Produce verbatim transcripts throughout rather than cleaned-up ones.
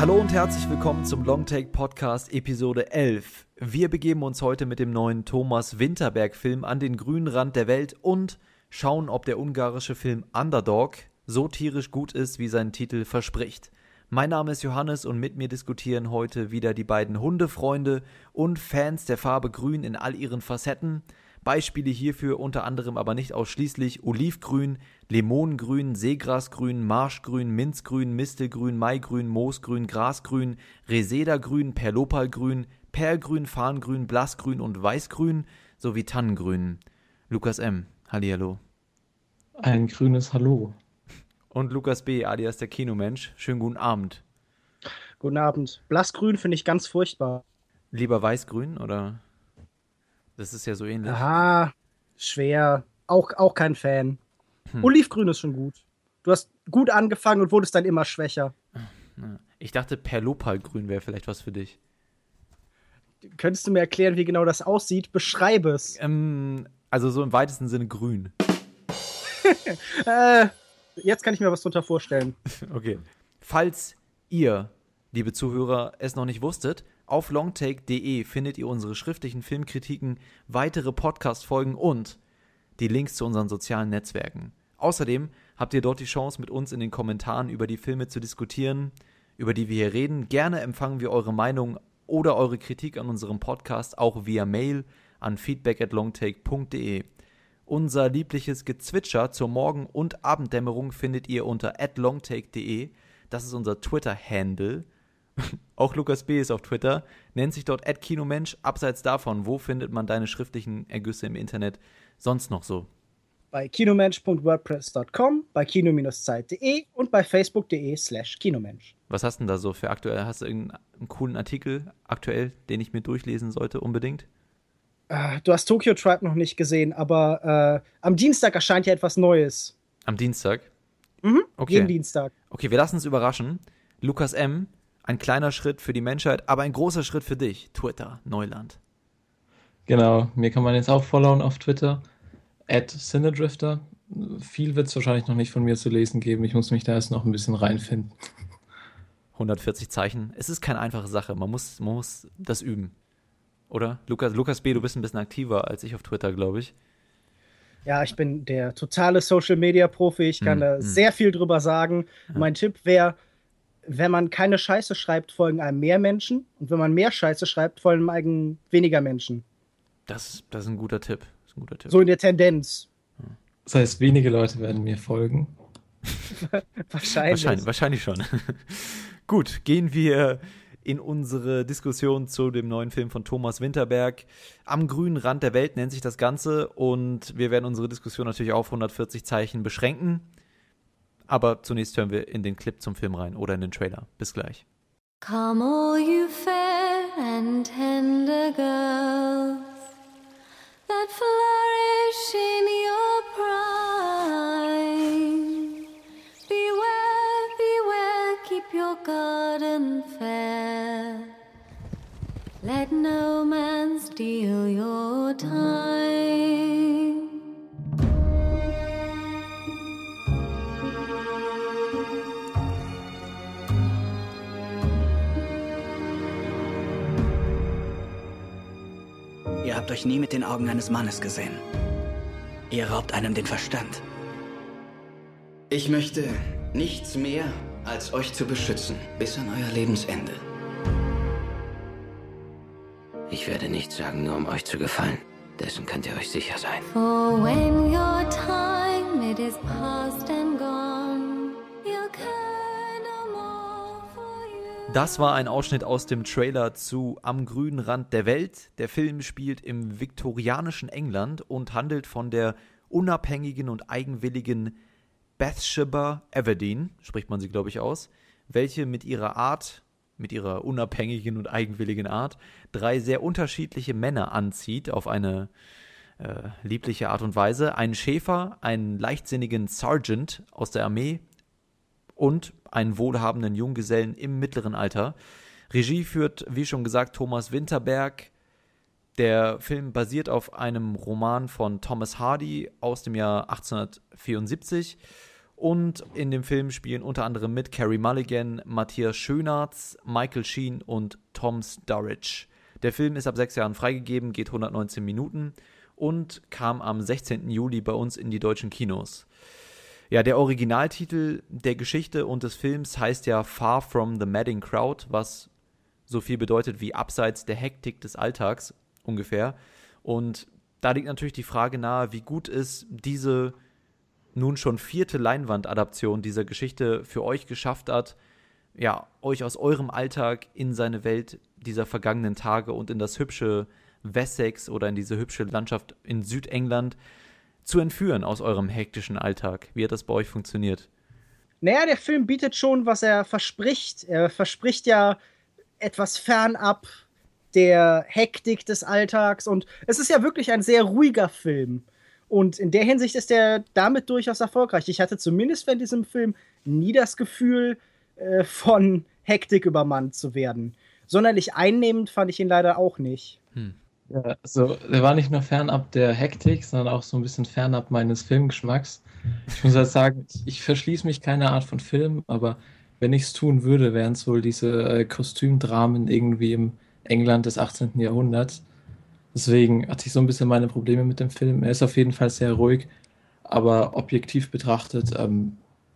Hallo und herzlich willkommen zum Longtake Podcast Episode elf. Wir begeben uns heute mit dem neuen Thomas Vinterberg-Film an den grünen Rand der Welt und schauen, ob der ungarische Film Underdog so tierisch gut ist, wie sein Titel verspricht. Mein Name ist Johannes und mit mir diskutieren heute wieder die beiden Hundefreunde und Fans der Farbe Grün in all ihren Facetten. Beispiele hierfür unter anderem, aber nicht ausschließlich: Olivgrün, Limonengrün, Seegrasgrün, Marschgrün, Minzgrün, Mistelgrün, Maigrün, Moosgrün, Grasgrün, Reseda-Grün, Perlopalgrün, Perlgrün, Farngrün, Blassgrün und Weißgrün sowie Tannengrün. Lukas M., hallihallo. Ein grünes Hallo. Und Lukas B., alias der Kinomensch, schönen guten Abend. Guten Abend. Blassgrün finde ich ganz furchtbar. Lieber Weißgrün, oder? Das ist ja so ähnlich. Aha, schwer. Auch, auch kein Fan. Hm. Olivgrün ist schon gut. Du hast gut angefangen und wurdest dann immer schwächer. Ich dachte, Perlopalgrün wäre vielleicht was für dich. Könntest du mir erklären, wie genau das aussieht? Beschreibe es. Ähm, also so im weitesten Sinne grün. äh, jetzt kann ich mir was drunter vorstellen. Okay. Falls ihr, liebe Zuhörer, es noch nicht wusstet, auf longtake punkt de findet ihr unsere schriftlichen Filmkritiken, weitere Podcast-Folgen und die Links zu unseren sozialen Netzwerken. Außerdem habt ihr dort die Chance, mit uns in den Kommentaren über die Filme zu diskutieren, über die wir hier reden. Gerne empfangen wir eure Meinung oder eure Kritik an unserem Podcast auch via Mail an feedback at longtake punkt de. Unser liebliches Gezwitscher zur Morgen- und Abenddämmerung findet ihr unter at longtake punkt de. Das ist unser Twitter-Handle. Auch Lukas B. ist auf Twitter, nennt sich dort at Kinomensch. Abseits davon, wo findet man deine schriftlichen Ergüsse im Internet sonst noch so? Bei kinomensch punkt wordpress punkt com, bei kino Zeit punkt de und bei facebook punkt de slash kinomensch. Was hast du denn da so für aktuell? Hast du irgendeinen coolen Artikel aktuell, den ich mir durchlesen sollte unbedingt? Äh, du hast Tokyo Tribe noch nicht gesehen, aber äh, am Dienstag erscheint ja etwas Neues. Am Dienstag? Mhm, okay. Jeden Dienstag. Okay, wir lassen uns überraschen. Lukas M., ein kleiner Schritt für die Menschheit, aber ein großer Schritt für dich. Twitter, Neuland. Genau, mir kann man jetzt auch followen auf Twitter. at Cinedrifter. Viel wird es wahrscheinlich noch nicht von mir zu lesen geben. Ich muss mich da erst noch ein bisschen reinfinden. hundertvierzig Zeichen. Es ist keine einfache Sache. Man muss, man muss das üben. Oder? Lukas, Lukas B., du bist ein bisschen aktiver als ich auf Twitter, glaube ich. Ja, ich bin der totale Social-Media-Profi. Ich kann hm, da hm. sehr viel drüber sagen. Ja. Mein Tipp wäre, wenn man keine Scheiße schreibt, folgen einem mehr Menschen. Und wenn man mehr Scheiße schreibt, folgen einem weniger Menschen. Das, das ist ein guter Tipp. Das ist ein guter Tipp. So in der Tendenz. Das heißt, wenige Leute werden mir folgen. Wahrscheinlich. Wahrscheinlich, wahrscheinlich schon. Gut, gehen wir in unsere Diskussion zu dem neuen Film von Thomas Vinterberg. Am grünen Rand der Welt nennt sich das Ganze. Und wir werden unsere Diskussion natürlich auf hundertvierzig Zeichen beschränken. Aber zunächst hören wir in den Clip zum Film rein oder in den Trailer. Bis gleich. Come all you fair and tender girls that flourish in your prime. Beware, beware, keep your garden fair. Let no man steal your time. Ihr habt euch nie mit den Augen eines Mannes gesehen. Ihr raubt einem den Verstand. Ich möchte nichts mehr, als euch zu beschützen, bis an euer Lebensende. Ich werde nichts sagen, nur um euch zu gefallen. Dessen könnt ihr euch sicher sein. For when your time it is past and gone, you'll care no more for you. Das war ein Ausschnitt aus dem Trailer zu Am grünen Rand der Welt. Der Film spielt im viktorianischen England und handelt von der unabhängigen und eigenwilligen Bathsheba Everdeen, spricht man sie, glaube ich, aus, welche mit ihrer Art, mit ihrer unabhängigen und eigenwilligen Art, drei sehr unterschiedliche Männer anzieht auf eine äh, liebliche Art und Weise. Einen Schäfer, einen leichtsinnigen Sergeant aus der Armee und einen wohlhabenden Junggesellen im mittleren Alter. Regie führt, wie schon gesagt, Thomas Vinterberg. Der Film basiert auf einem Roman von Thomas Hardy aus dem Jahr achtzehnhundertvierundsiebzig Und in dem Film spielen unter anderem mit Carey Mulligan, Matthias Schönartz, Michael Sheen und Tom Sturridge. Der Film ist ab sechs Jahren freigegeben, geht hundertneunzehn Minuten und kam am sechzehnten Juli bei uns in die deutschen Kinos. Ja, der Originaltitel der Geschichte und des Films heißt ja Far from the Madding Crowd, was so viel bedeutet wie abseits der Hektik des Alltags ungefähr. Und da liegt natürlich die Frage nahe, wie gut ist diese nun schon vierte Leinwandadaption dieser Geschichte für euch geschafft hat, ja, euch aus eurem Alltag in seine Welt dieser vergangenen Tage und in das hübsche Wessex oder in diese hübsche Landschaft in Südengland zu entführen aus eurem hektischen Alltag. Wie hat das bei euch funktioniert? Naja, der Film bietet schon, was er verspricht. Er verspricht ja etwas fernab der Hektik des Alltags und es ist ja wirklich ein sehr ruhiger Film. Und in der Hinsicht ist er damit durchaus erfolgreich. Ich hatte zumindest in diesem Film nie das Gefühl, äh, von Hektik übermannt zu werden. Sonderlich einnehmend fand ich ihn leider auch nicht. Hm. Ja, also der war nicht nur fernab der Hektik, sondern auch so ein bisschen fernab meines Filmgeschmacks. Ich muss halt sagen, ich verschließe mich keiner Art von Film, aber wenn ich es tun würde, wären es wohl diese äh, Kostümdramen irgendwie im England des achtzehnten. Jahrhunderts. Deswegen hatte ich so ein bisschen meine Probleme mit dem Film. Er ist auf jeden Fall sehr ruhig, aber objektiv betrachtet, ähm,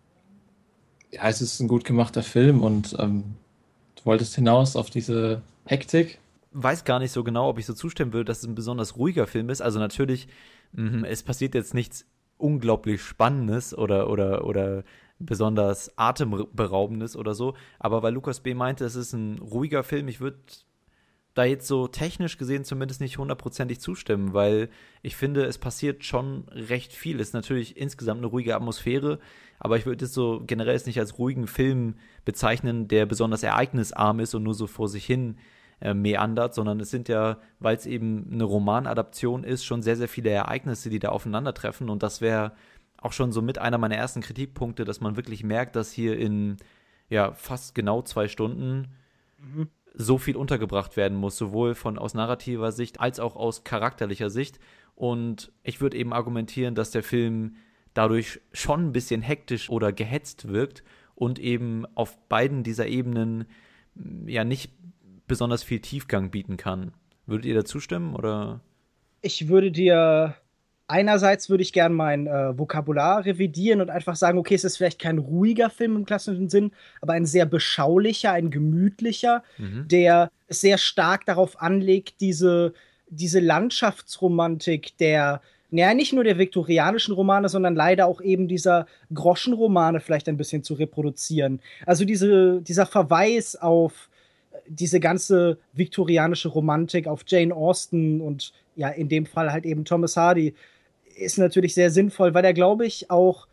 ja, es ist ein gut gemachter Film und ähm, du wolltest hinaus auf diese Hektik. Weiß gar nicht so genau, ob ich so zustimmen würde, dass es ein besonders ruhiger Film ist. Also natürlich, mh, es passiert jetzt nichts unglaublich Spannendes oder, oder, oder besonders Atemberaubendes oder so, aber weil Lukas B. meinte, es ist ein ruhiger Film, ich würde da jetzt so technisch gesehen zumindest nicht hundertprozentig zustimmen, weil ich finde, es passiert schon recht viel. Es ist natürlich insgesamt eine ruhige Atmosphäre, aber ich würde es so generell nicht als ruhigen Film bezeichnen, der besonders ereignisarm ist und nur so vor sich hin äh, meandert, sondern es sind ja, weil es eben eine Romanadaption ist, schon sehr, sehr viele Ereignisse, die da aufeinandertreffen und das wäre auch schon so mit einer meiner ersten Kritikpunkte, dass man wirklich merkt, dass hier in ja fast genau zwei Stunden mhm. so viel untergebracht werden muss, sowohl von aus narrativer Sicht als auch aus charakterlicher Sicht. Und ich würde eben argumentieren, dass der Film dadurch schon ein bisschen hektisch oder gehetzt wirkt und eben auf beiden dieser Ebenen ja nicht besonders viel Tiefgang bieten kann. Würdet ihr da zustimmen, oder? Ich würde dir einerseits würde ich gerne mein äh, Vokabular revidieren und einfach sagen, okay, es ist vielleicht kein ruhiger Film im klassischen Sinn, aber ein sehr beschaulicher, ein gemütlicher, mhm. der sehr stark darauf anlegt, diese, diese Landschaftsromantik der, naja, nicht nur der viktorianischen Romane, sondern leider auch eben dieser Groschenromane vielleicht ein bisschen zu reproduzieren. Also diese, dieser Verweis auf diese ganze viktorianische Romantik, auf Jane Austen und ja, in dem Fall halt eben Thomas Hardy, ist natürlich sehr sinnvoll, weil er, glaube ich, auch,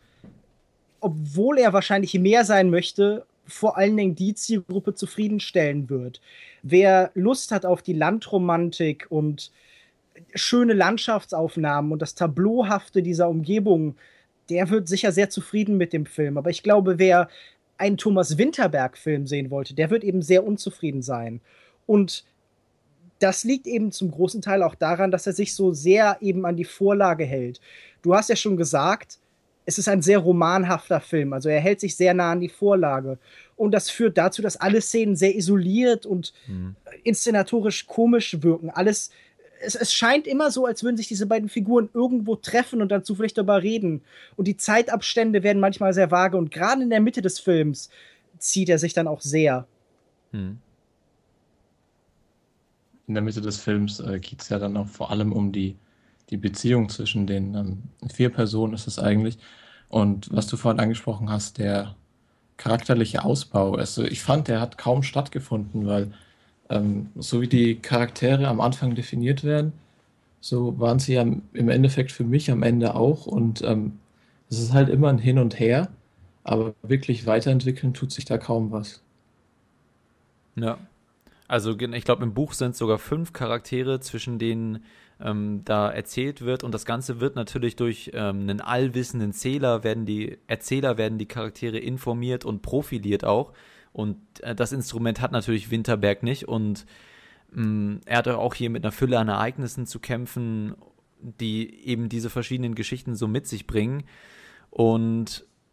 obwohl er wahrscheinlich mehr sein möchte, vor allen Dingen die Zielgruppe zufriedenstellen wird. Wer Lust hat auf die Landromantik und schöne Landschaftsaufnahmen und das Tableauhafte dieser Umgebung, der wird sicher sehr zufrieden mit dem Film. Aber ich glaube, wer einen Thomas Winterberg-Film sehen wollte, der wird eben sehr unzufrieden sein. Und das liegt eben zum großen Teil auch daran, dass er sich so sehr eben an die Vorlage hält. Du hast ja schon gesagt, es ist ein sehr romanhafter Film, also er hält sich sehr nah an die Vorlage. Und das führt dazu, dass alle Szenen sehr isoliert und mhm. inszenatorisch komisch wirken. Alles, es, es scheint immer so, als würden sich diese beiden Figuren irgendwo treffen und dann zufällig darüber reden. Und die Zeitabstände werden manchmal sehr vage und gerade in der Mitte des Films zieht er sich dann auch sehr. Mhm. In der Mitte des Films äh, geht es ja dann auch vor allem um die, die Beziehung zwischen den ähm, vier Personen ist es eigentlich. Und was du vorhin angesprochen hast, der charakterliche Ausbau. Also ich fand, der hat kaum stattgefunden, weil ähm, so wie die Charaktere am Anfang definiert werden, so waren sie ja im Endeffekt für mich am Ende auch. Und ähm, es ist halt immer ein Hin und Her, aber wirklich weiterentwickeln tut sich da kaum was. Ja. Also ich glaube, im Buch sind es sogar fünf Charaktere, zwischen denen ähm, da erzählt wird. Und das Ganze wird natürlich durch ähm, einen allwissenden Zähler, werden die Erzähler werden die Charaktere informiert und profiliert auch. Und äh, das Instrument hat natürlich Winterberg nicht. Und ähm, er hat auch hier mit einer Fülle an Ereignissen zu kämpfen, die eben diese verschiedenen Geschichten so mit sich bringen. Und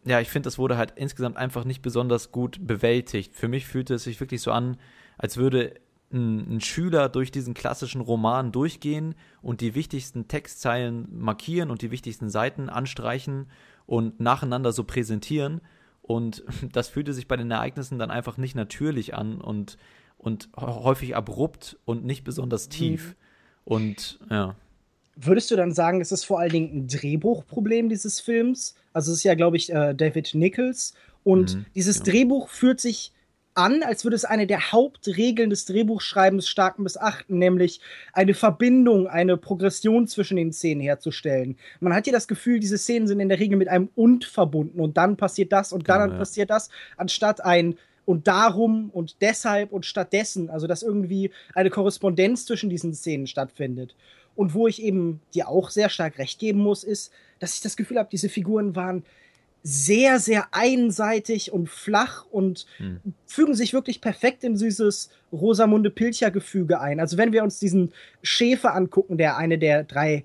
ja, ich finde, das wurde halt insgesamt einfach nicht besonders gut bewältigt. Für mich fühlte es sich wirklich so an, als würde ein, ein Schüler durch diesen klassischen Roman durchgehen und die wichtigsten Textzeilen markieren und die wichtigsten Seiten anstreichen und nacheinander so präsentieren. Und das fühlte sich bei den Ereignissen dann einfach nicht natürlich an und, und häufig abrupt und nicht besonders tief. Mhm. Und ja. Würdest du dann sagen, es ist vor allen Dingen ein Drehbuchproblem dieses Films? Also es ist ja, glaube ich, äh, David Nichols. Und Mhm, dieses ja. Drehbuch fühlt sich an, als würde es eine der Hauptregeln des Drehbuchschreibens stark missachten, nämlich eine Verbindung, eine Progression zwischen den Szenen herzustellen. Man hat ja das Gefühl, diese Szenen sind in der Regel mit einem Und verbunden und dann passiert das und dann Genau, ja. passiert das, anstatt ein und darum und deshalb und stattdessen, also dass irgendwie eine Korrespondenz zwischen diesen Szenen stattfindet. Und wo ich eben dir auch sehr stark recht geben muss, ist, dass ich das Gefühl habe, diese Figuren waren sehr, sehr einseitig und flach und Hm. fügen sich wirklich perfekt in dieses Rosamunde Pilcher-Gefüge ein. Also wenn wir uns diesen Schäfer angucken, der eine der drei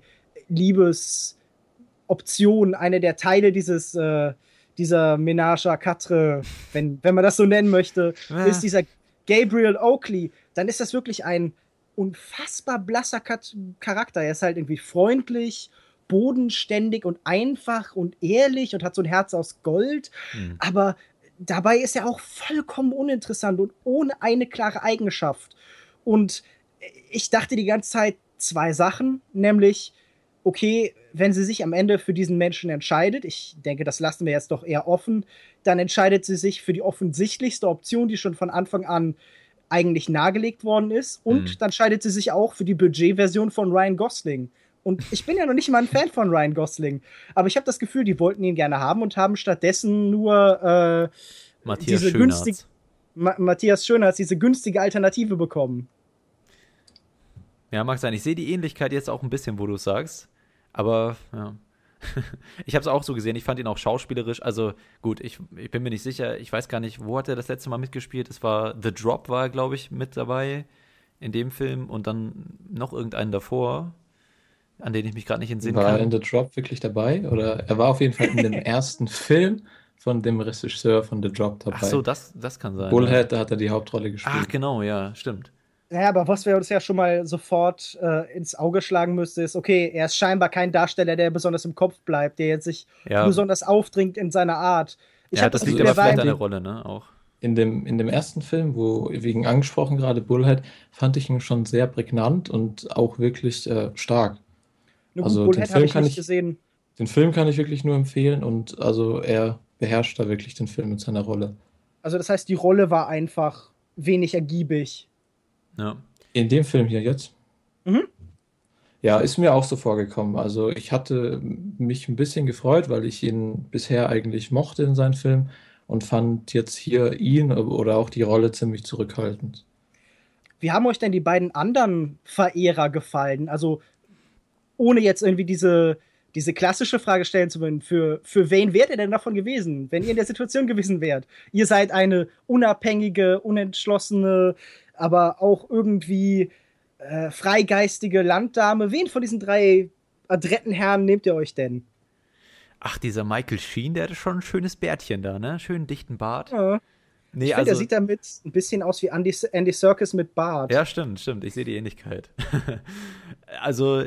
Liebesoptionen, eine der Teile dieses äh, dieser Ménage à quatre, wenn, wenn man das so nennen möchte, Ja. ist dieser Gabriel Oakley, dann ist das wirklich ein unfassbar blasser Kat- Charakter. Er ist halt irgendwie freundlich, bodenständig und einfach und ehrlich und hat so ein Herz aus Gold. Hm. Aber dabei ist er auch vollkommen uninteressant und ohne eine klare Eigenschaft. Und ich dachte die ganze Zeit zwei Sachen, nämlich, okay, wenn sie sich am Ende für diesen Menschen entscheidet, ich denke, das lassen wir jetzt doch eher offen, dann entscheidet sie sich für die offensichtlichste Option, die schon von Anfang an eigentlich nahegelegt worden ist. Und Mhm. dann entscheidet sie sich auch für die Budgetversion von Ryan Gosling. Und ich bin ja noch nicht mal ein Fan von Ryan Gosling. Aber ich habe das Gefühl, die wollten ihn gerne haben und haben stattdessen nur äh, Matthias diese Schönartz. günstig Ma- Matthias Schönartz, diese günstige Alternative bekommen. Ja, mag sein. Ich sehe die Ähnlichkeit jetzt auch ein bisschen, wo du es sagst. Aber, ja. Ich habe es auch so gesehen. Ich fand ihn auch schauspielerisch. Also, gut, ich, ich bin mir nicht sicher. Ich weiß gar nicht, wo hat er das letzte Mal mitgespielt? Es war The Drop, war er, glaube ich, mit dabei in dem Film. Und dann noch irgendeinen davor, an den ich mich gerade nicht entsinnen War er kann. in The Drop wirklich dabei? Oder er war auf jeden Fall in dem ersten Film von dem Regisseur von The Drop dabei. Ach so, das, das kann sein. Bullhead, da hat er die Hauptrolle Ja. gespielt. Ach, genau, ja, stimmt. Ja, aber was wir uns ja schon mal sofort äh, ins Auge schlagen müsste, ist, okay, er ist scheinbar kein Darsteller, der besonders im Kopf bleibt, der jetzt sich Ja, besonders aufdringt in seiner Art. Ich ja hab das das liegt Gefühl, aber er war vielleicht in an der dem- Rolle, ne, auch. In dem, in dem ersten Film, wo wegen angesprochen gerade Bullhead, fand ich ihn schon sehr prägnant und auch wirklich äh, stark. Na gut, Also, den Bullhead Film habe ich kann nicht ich- gesehen. Den Film kann ich wirklich nur empfehlen und also er beherrscht da wirklich den Film mit seiner Rolle. Also das heißt, die Rolle war einfach wenig ergiebig. Ja. In dem Film hier jetzt? Mhm. Ja, ist mir auch so vorgekommen. Also ich hatte mich ein bisschen gefreut, weil ich ihn bisher eigentlich mochte in seinen Filmen und fand jetzt hier ihn oder auch die Rolle ziemlich zurückhaltend. Wie haben euch denn die beiden anderen Verehrer gefallen? Also ohne jetzt irgendwie diese, diese klassische Frage stellen zu wollen, für, für wen wärt ihr denn davon gewesen, wenn ihr in der Situation gewesen wärt? Ihr seid eine unabhängige, unentschlossene, aber auch irgendwie äh, freigeistige Landdame. Wen von diesen drei adretten Herren nehmt ihr euch denn? Ach, dieser Michael Sheen, der hatte schon ein schönes Bärtchen da, ne? Schönen dichten Bart. Ja. Nee, Ich finde, also, er sieht damit ein bisschen aus wie Andy, Andy Serkis mit Bart. ja, stimmt, stimmt. Ich sehe die Ähnlichkeit. Also,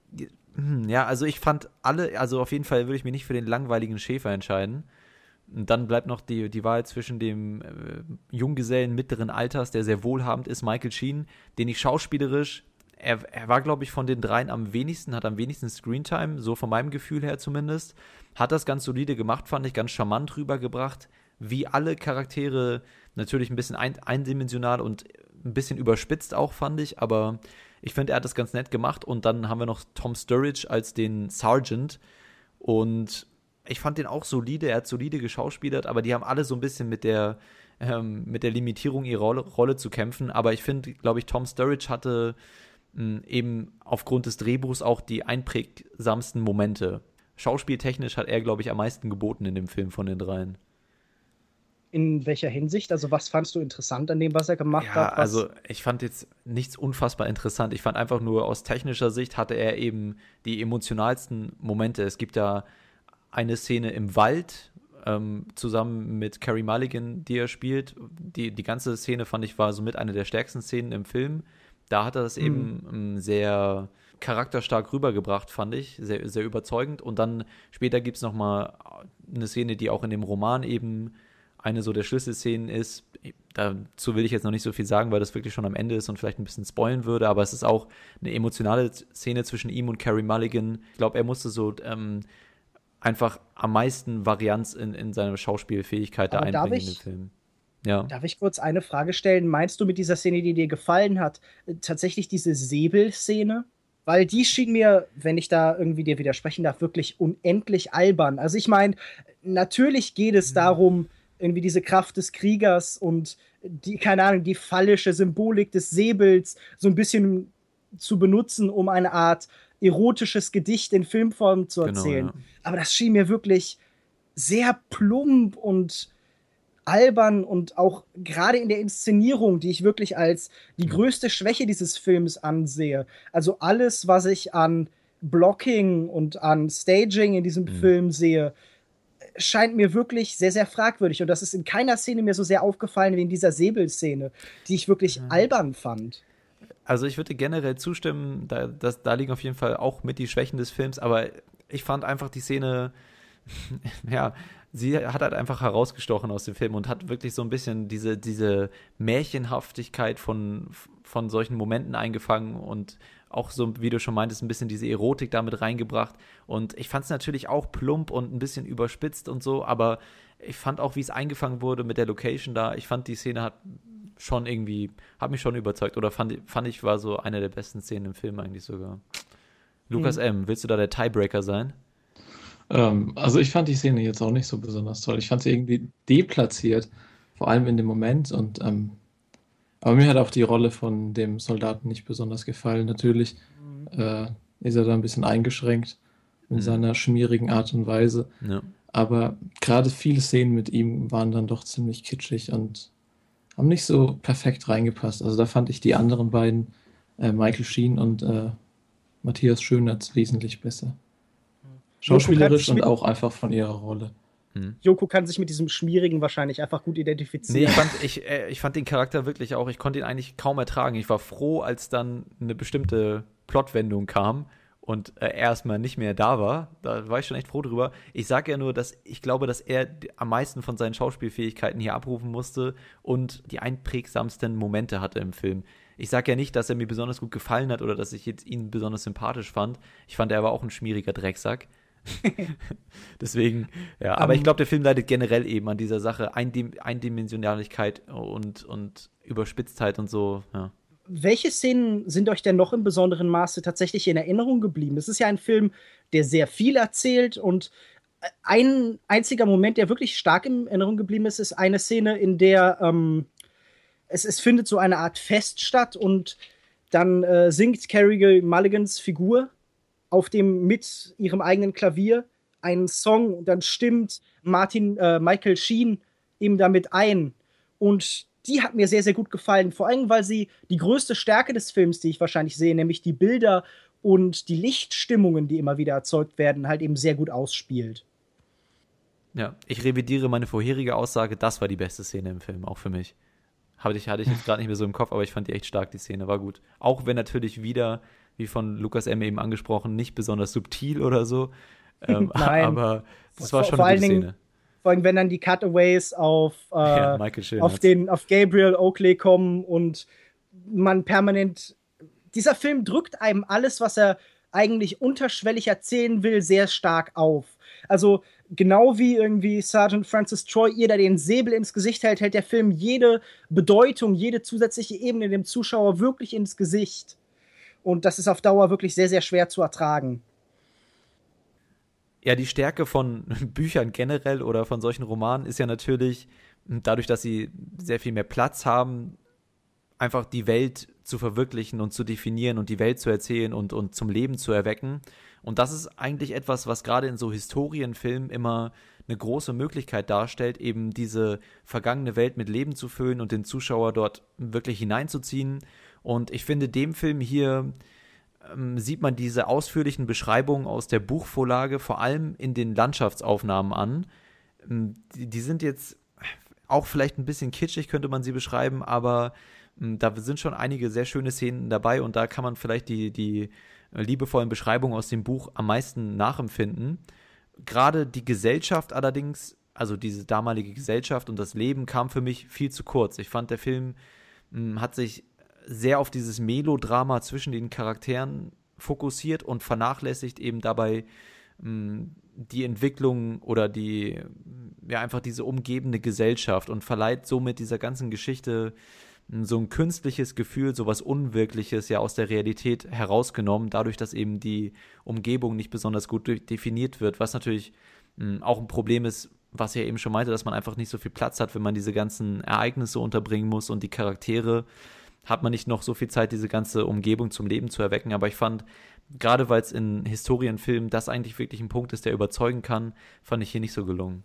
hm, ja, also ich fand alle, also auf jeden Fall würde ich mich nicht für den langweiligen Schäfer entscheiden. Und dann bleibt noch die, die Wahl zwischen dem äh, Junggesellen mittleren Alters, der sehr wohlhabend ist, Michael Sheen, den ich schauspielerisch, er, er war, glaube ich, von den dreien am wenigsten, hat am wenigsten Screentime, so von meinem Gefühl her zumindest. Hat das ganz solide gemacht, fand ich, ganz charmant rübergebracht. Wie alle Charaktere, natürlich ein bisschen ein, eindimensional und ein bisschen überspitzt auch, fand ich, aber ich finde, er hat das ganz nett gemacht. Und dann haben wir noch Tom Sturridge als den Sergeant und ich fand den auch solide, er hat solide geschauspielert, aber die haben alle so ein bisschen mit der, ähm, mit der Limitierung ihrer Rolle, Rolle zu kämpfen. Aber ich finde, glaube ich, Tom Sturridge hatte mh, eben aufgrund des Drehbuchs auch die einprägsamsten Momente. Schauspieltechnisch hat er, glaube ich, am meisten geboten in dem Film von den dreien. In welcher Hinsicht? Also was fandst du interessant an dem, was er gemacht Ja, hat? Was also ich fand jetzt nichts unfassbar interessant. Ich fand einfach nur aus technischer Sicht hatte er eben die emotionalsten Momente. Es gibt da eine Szene im Wald, ähm, zusammen mit Carey Mulligan, die er spielt. Die, die ganze Szene, fand ich, war somit eine der stärksten Szenen im Film. Da hat er das mhm. eben ähm, sehr charakterstark rübergebracht, fand ich, sehr, sehr überzeugend. Und dann später gibt es nochmal eine Szene, die auch in dem Roman eben eine so der Schlüsselszenen ist. Dazu will ich jetzt noch nicht so viel sagen, weil das wirklich schon am Ende ist und vielleicht ein bisschen spoilen würde, aber es ist auch eine emotionale Szene zwischen ihm und Carey Mulligan. Ich glaube, er musste so ähm, einfach am meisten Varianz in, in seine Schauspielfähigkeit da einbringen in den Film. Ja. Darf ich kurz eine Frage stellen? Meinst du mit dieser Szene, die dir gefallen hat, tatsächlich diese Säbelszene? Weil die schien mir, wenn ich da irgendwie dir widersprechen darf, wirklich unendlich albern. Also ich meine, natürlich geht es darum, irgendwie diese Kraft des Kriegers und die, keine Ahnung, die phallische Symbolik des Säbels so ein bisschen zu benutzen, um eine Art erotisches Gedicht in Filmform zu erzählen. Genau, ja. Aber das schien mir wirklich sehr plump und albern und auch gerade in der Inszenierung, die ich wirklich als die größte Schwäche dieses Films ansehe. Also alles, was ich an Blocking und an Staging in diesem mhm. Film sehe, scheint mir wirklich sehr, sehr fragwürdig. Und das ist in keiner Szene mir so sehr aufgefallen wie in dieser Säbelszene, die ich wirklich mhm. albern fand. Also ich würde generell zustimmen, da, das, da liegen auf jeden Fall auch mit die Schwächen des Films, aber ich fand einfach die Szene, ja, sie hat halt einfach herausgestochen aus dem Film und hat wirklich so ein bisschen diese, diese Märchenhaftigkeit von, von solchen Momenten eingefangen und auch so, wie du schon meintest, ein bisschen diese Erotik damit reingebracht. Und ich fand es natürlich auch plump und ein bisschen überspitzt und so, aber ich fand auch, wie es eingefangen wurde mit der Location da, ich fand, die Szene hat schon irgendwie, hat mich schon überzeugt oder fand, fand ich, war so eine der besten Szenen im Film eigentlich sogar. Lukas mhm. M., willst du da der Tiebreaker sein? Ähm, also ich fand die Szene jetzt auch nicht so besonders toll. Ich fand sie irgendwie deplatziert, vor allem in dem Moment. Und ähm, aber mir hat auch die Rolle von dem Soldaten nicht besonders gefallen. Natürlich mhm. äh, ist er da ein bisschen eingeschränkt in mhm. seiner schmierigen Art und Weise. Ja. Aber gerade viele Szenen mit ihm waren dann doch ziemlich kitschig und haben nicht so perfekt reingepasst. Also da fand ich die anderen beiden, äh, Michael Sheen und äh, Matthias Schönertz, wesentlich besser. Schauspielerisch und auch einfach von ihrer Rolle. Hm. Yoko kann sich mit diesem Schmierigen wahrscheinlich einfach gut identifizieren. Nee, ich fand, ich, äh, ich fand den Charakter wirklich auch, ich konnte ihn eigentlich kaum ertragen. Ich war froh, als dann eine bestimmte Plotwendung kam und äh, er erstmal nicht mehr da war. Da war ich schon echt froh drüber. Ich sage ja nur, dass ich glaube, dass er am meisten von seinen Schauspielfähigkeiten hier abrufen musste und die einprägsamsten Momente hatte im Film. Ich sage ja nicht, dass er mir besonders gut gefallen hat oder dass ich jetzt ihn besonders sympathisch fand. Ich fand, er war auch ein schmieriger Drecksack. Deswegen, ja, aber um, ich glaube, der Film leidet generell eben an dieser Sache Eindim- Eindimensionalität und, und Überspitztheit und so, ja. Welche Szenen sind euch denn noch im besonderen Maße tatsächlich in Erinnerung geblieben? Es ist ja ein Film, der sehr viel erzählt und ein einziger Moment, der wirklich stark in Erinnerung geblieben ist, ist eine Szene, in der ähm, es, es findet so eine Art Fest statt und dann äh, singt Carey Mulligans Figur auf dem mit ihrem eigenen Klavier einen Song und dann stimmt Martin, äh, Michael Sheen eben damit ein. Und die hat mir sehr, sehr gut gefallen. Vor allem, weil sie die größte Stärke des Films, die ich wahrscheinlich sehe, nämlich die Bilder und die Lichtstimmungen, die immer wieder erzeugt werden, halt eben sehr gut ausspielt. Ja, ich revidiere meine vorherige Aussage, das war die beste Szene im Film, auch für mich. Hatte ich, hatte ich jetzt gerade nicht mehr so im Kopf, aber ich fand die echt stark, die Szene, war gut. Auch wenn natürlich wieder, wie von Lukas M. eben angesprochen, nicht besonders subtil oder so. Ähm, Nein. Aber das war vor, schon vor eine gute Dingen, Szene. Vor allem, wenn dann die Cutaways auf, äh, ja, Michael auf, den, auf Gabriel Oakley kommen und man permanent. Dieser Film drückt einem alles, was er eigentlich unterschwellig erzählen will, sehr stark auf. Also genau wie irgendwie Sergeant Francis Troy ihr da den Säbel ins Gesicht hält, hält der Film jede Bedeutung, jede zusätzliche Ebene dem Zuschauer wirklich ins Gesicht. Und das ist auf Dauer wirklich sehr, sehr schwer zu ertragen. Ja, die Stärke von Büchern generell oder von solchen Romanen ist ja natürlich, dadurch, dass sie sehr viel mehr Platz haben, einfach die Welt zu verwirklichen und zu definieren und die Welt zu erzählen und, und zum Leben zu erwecken. Und das ist eigentlich etwas, was gerade in so Historienfilmen immer eine große Möglichkeit darstellt, eben diese vergangene Welt mit Leben zu füllen und den Zuschauer dort wirklich hineinzuziehen. Und ich finde, dem Film hier ähm, sieht man diese ausführlichen Beschreibungen aus der Buchvorlage vor allem in den Landschaftsaufnahmen an, die, die sind jetzt auch vielleicht ein bisschen kitschig, könnte man sie beschreiben, aber da sind schon einige sehr schöne Szenen dabei und da kann man vielleicht die, die liebevollen Beschreibungen aus dem Buch am meisten nachempfinden. Gerade die Gesellschaft allerdings, also diese damalige Gesellschaft und das Leben kam für mich viel zu kurz. Ich fand, der Film mh, hat sich sehr auf dieses Melodrama zwischen den Charakteren fokussiert und vernachlässigt eben dabei mh, die Entwicklung oder die, ja, einfach diese umgebende Gesellschaft und verleiht somit dieser ganzen Geschichte so ein künstliches Gefühl, so was Unwirkliches ja aus der Realität herausgenommen, dadurch, dass eben die Umgebung nicht besonders gut definiert wird, was natürlich mh, auch ein Problem ist, was ich ja eben schon meinte, dass man einfach nicht so viel Platz hat, wenn man diese ganzen Ereignisse unterbringen muss und die Charaktere, hat man nicht noch so viel Zeit, diese ganze Umgebung zum Leben zu erwecken, aber ich fand, gerade weil es in Historienfilmen das eigentlich wirklich ein Punkt ist, der überzeugen kann, fand ich hier nicht so gelungen.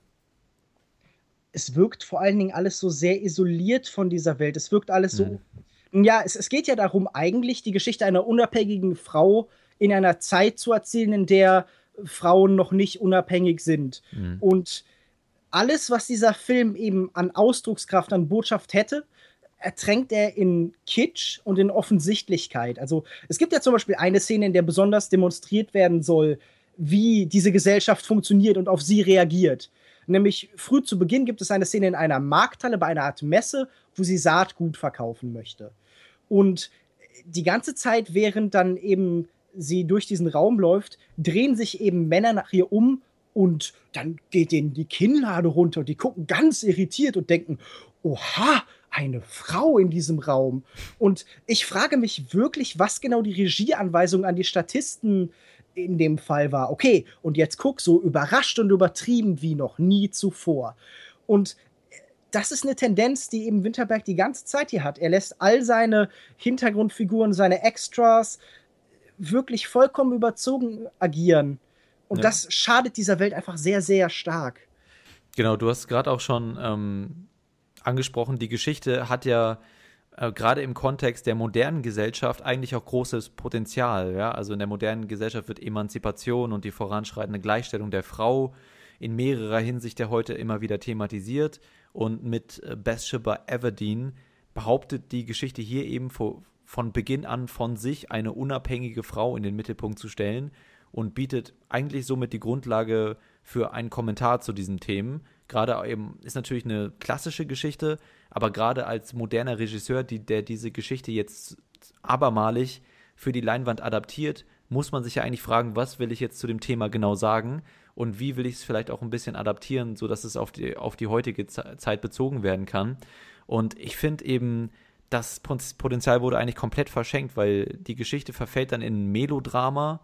Es wirkt vor allen Dingen alles so sehr isoliert von dieser Welt. Es wirkt alles so. Mhm. Ja, es, es geht ja darum, eigentlich die Geschichte einer unabhängigen Frau in einer Zeit zu erzählen, in der Frauen noch nicht unabhängig sind. Mhm. Und alles, was dieser Film eben an Ausdruckskraft, an Botschaft hätte, ertränkt er in Kitsch und in Offensichtlichkeit. Also es gibt ja zum Beispiel eine Szene, in der besonders demonstriert werden soll, wie diese Gesellschaft funktioniert und auf sie reagiert. Nämlich früh zu Beginn gibt es eine Szene in einer Markthalle bei einer Art Messe, wo sie Saatgut verkaufen möchte. Und die ganze Zeit, während dann eben sie durch diesen Raum läuft, drehen sich eben Männer nach ihr um und dann geht denen die Kinnlade runter und die gucken ganz irritiert und denken, oha, eine Frau in diesem Raum. Und ich frage mich wirklich, was genau die Regieanweisung an die Statisten in dem Fall war. Okay, und jetzt guck, so überrascht und übertrieben wie noch nie zuvor. Und das ist eine Tendenz, die eben Winterberg die ganze Zeit hier hat. Er lässt all seine Hintergrundfiguren, seine Extras wirklich vollkommen überzogen agieren. Und ja. Das schadet dieser Welt einfach sehr, sehr stark. Genau, du hast gerade auch schon ähm, angesprochen, die Geschichte hat ja äh, gerade im Kontext der modernen Gesellschaft eigentlich auch großes Potenzial. Ja? Also in der modernen Gesellschaft wird Emanzipation und die voranschreitende Gleichstellung der Frau in mehrerer Hinsicht ja heute immer wieder thematisiert. Und mit äh, Bathsheba Everdeen behauptet die Geschichte hier eben vor, von Beginn an von sich eine unabhängige Frau in den Mittelpunkt zu stellen und bietet eigentlich somit die Grundlage für einen Kommentar zu diesen Themen. Gerade eben ist natürlich eine klassische Geschichte, aber gerade als moderner Regisseur, die, der diese Geschichte jetzt abermalig für die Leinwand adaptiert, muss man sich ja eigentlich fragen, was will ich jetzt zu dem Thema genau sagen und wie will ich es vielleicht auch ein bisschen adaptieren, sodass es auf die, auf die heutige Zeit bezogen werden kann. Und ich finde eben, das Potenzial wurde eigentlich komplett verschenkt, weil die Geschichte verfällt dann in ein Melodrama,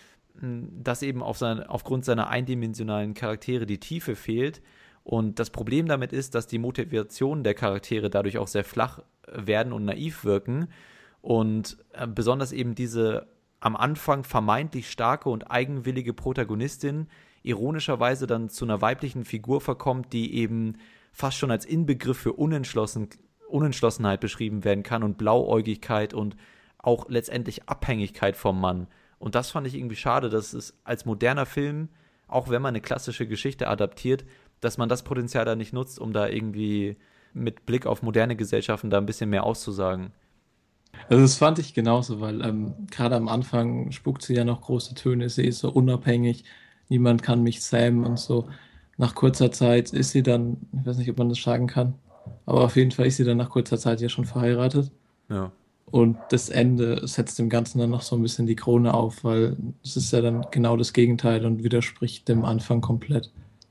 das eben auf sein, aufgrund seiner eindimensionalen Charaktere die Tiefe fehlt. Und das Problem damit ist, dass die Motivationen der Charaktere dadurch auch sehr flach werden und naiv wirken. Und äh, besonders eben diese am Anfang vermeintlich starke und eigenwillige Protagonistin ironischerweise dann zu einer weiblichen Figur verkommt, die eben fast schon als Inbegriff für Unentschlossen, Unentschlossenheit beschrieben werden kann und Blauäugigkeit und auch letztendlich Abhängigkeit vom Mann. Und das fand ich irgendwie schade, dass es als moderner Film, auch wenn man eine klassische Geschichte adaptiert, dass man das Potenzial da nicht nutzt, um da irgendwie mit Blick auf moderne Gesellschaften da ein bisschen mehr auszusagen. Also das fand ich genauso, weil ähm, gerade am Anfang spuckt sie ja noch große Töne, sie ist so unabhängig, niemand kann mich zähmen und so. Nach kurzer Zeit ist sie dann, ich weiß nicht, ob man das sagen kann, aber auf jeden Fall ist sie dann nach kurzer Zeit ja schon verheiratet. Ja. Und das Ende setzt dem Ganzen dann noch so ein bisschen die Krone auf, weil es ist ja dann genau das Gegenteil und widerspricht dem Anfang komplett.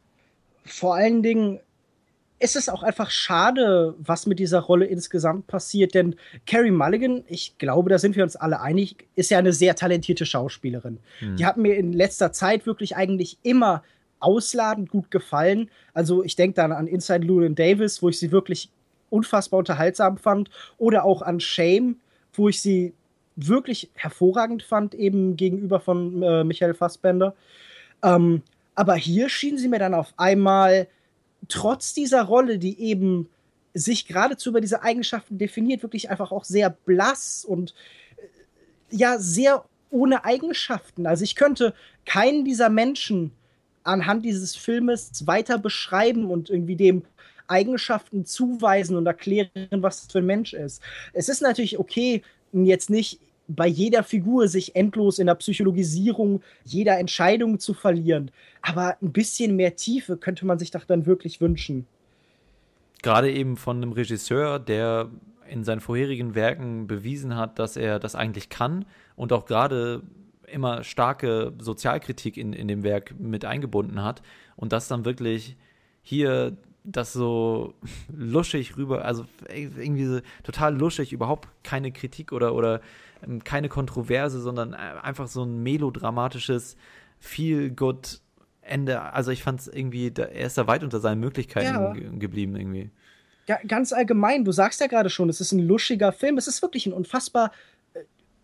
Vor allen Dingen ist es auch einfach schade, was mit dieser Rolle insgesamt passiert, denn Carey Mulligan, ich glaube, da sind wir uns alle einig, ist ja eine sehr talentierte Schauspielerin. Hm. Die hat mir in letzter Zeit wirklich eigentlich immer ausladend gut gefallen. Also ich denke dann an Inside Llewyn Davis, wo ich sie wirklich unfassbar unterhaltsam fand, oder auch an Shame, wo ich sie wirklich hervorragend fand, eben gegenüber von äh, Michael Fassbender. Ähm, aber hier schien sie mir dann auf einmal, trotz dieser Rolle, die eben sich geradezu über diese Eigenschaften definiert, wirklich einfach auch sehr blass und äh, ja, sehr ohne Eigenschaften. Also ich könnte keinen dieser Menschen anhand dieses Filmes weiter beschreiben und irgendwie dem Eigenschaften zuweisen und erklären, was das für ein Mensch ist. Es ist natürlich okay, jetzt nicht bei jeder Figur sich endlos in der Psychologisierung jeder Entscheidung zu verlieren, aber ein bisschen mehr Tiefe könnte man sich doch dann wirklich wünschen. Gerade eben von einem Regisseur, der in seinen vorherigen Werken bewiesen hat, dass er das eigentlich kann und auch gerade immer starke Sozialkritik in, in dem Werk mit eingebunden hat und das dann wirklich hier das so luschig rüber, also irgendwie so total luschig, überhaupt keine Kritik oder, oder keine Kontroverse, sondern einfach so ein melodramatisches Feel-Good Ende. Also ich fand es irgendwie, er ist da weit unter seinen Möglichkeiten Ja. ge- geblieben irgendwie. Ja, ganz allgemein, du sagst ja gerade schon, es ist ein luschiger Film. Es ist wirklich ein unfassbar äh,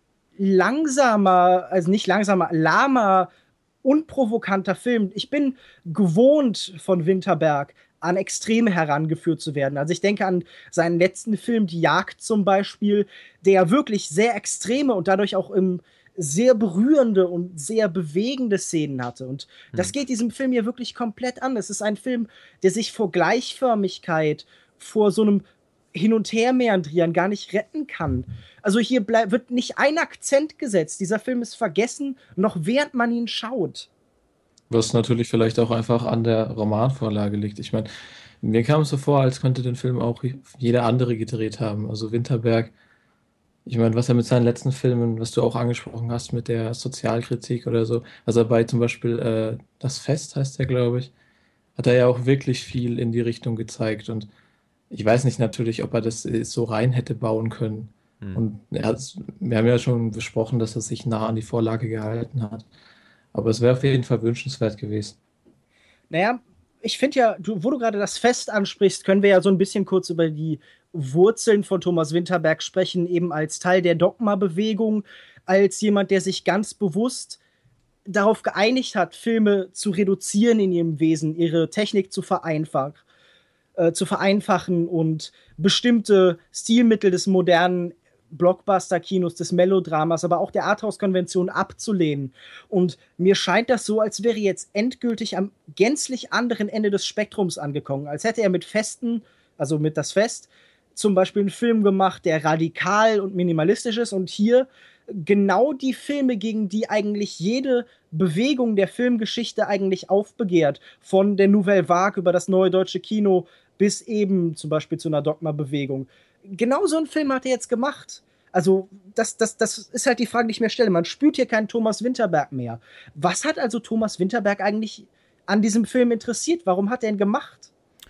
langsamer, also nicht langsamer, lahmer, unprovokanter Film. Ich bin gewohnt von Winterberg, an Extreme herangeführt zu werden. Also ich denke an seinen letzten Film, Die Jagd zum Beispiel, der wirklich sehr extreme und dadurch auch im sehr berührende und sehr bewegende Szenen hatte. Und das geht diesem Film hier wirklich komplett an. Es ist ein Film, der sich vor Gleichförmigkeit, vor so einem Hin- und Her-Meandrieren gar nicht retten kann. Also hier bleib, wird nicht ein Akzent gesetzt. Dieser Film ist vergessen, noch während man ihn schaut. Was natürlich vielleicht auch einfach an der Romanvorlage liegt. Ich meine, mir kam es so vor, als könnte den Film auch jeder andere gedreht haben. Also Winterberg, ich meine, was er mit seinen letzten Filmen, was du auch angesprochen hast, mit der Sozialkritik oder so, also bei zum Beispiel äh, Das Fest heißt der, glaube ich, hat er ja auch wirklich viel in die Richtung gezeigt. Und ich weiß nicht natürlich, ob er das äh, so rein hätte bauen können. Hm. Und er hat's, wir haben ja schon besprochen, dass er sich nah an die Vorlage gehalten hat. Aber es wäre auf jeden Fall wünschenswert gewesen. Naja, ich finde ja, du, wo du gerade das Fest ansprichst, können wir ja so ein bisschen kurz über die Wurzeln von Thomas Winterberg sprechen, eben als Teil der Dogma-Bewegung, als jemand, der sich ganz bewusst darauf geeinigt hat, Filme zu reduzieren in ihrem Wesen, ihre Technik zu vereinfachen, äh, zu vereinfachen und bestimmte Stilmittel des modernen Blockbuster-Kinos, des Melodramas, aber auch der Arthouse-Konvention abzulehnen. Und mir scheint das so, als wäre jetzt endgültig am gänzlich anderen Ende des Spektrums angekommen. Als hätte er mit Festen, also mit Das Fest, zum Beispiel einen Film gemacht, der radikal und minimalistisch ist und hier genau die Filme, gegen die eigentlich jede Bewegung der Filmgeschichte eigentlich aufbegehrt. Von der Nouvelle Vague über das Neue Deutsche Kino bis eben zum Beispiel zu einer Dogma-Bewegung. Genau so einen Film hat er jetzt gemacht. Also, das, das, das ist halt die Frage, die ich mir stelle. Man spürt hier keinen Thomas Winterberg mehr. Was hat also Thomas Winterberg eigentlich an diesem Film interessiert? Warum hat er ihn gemacht?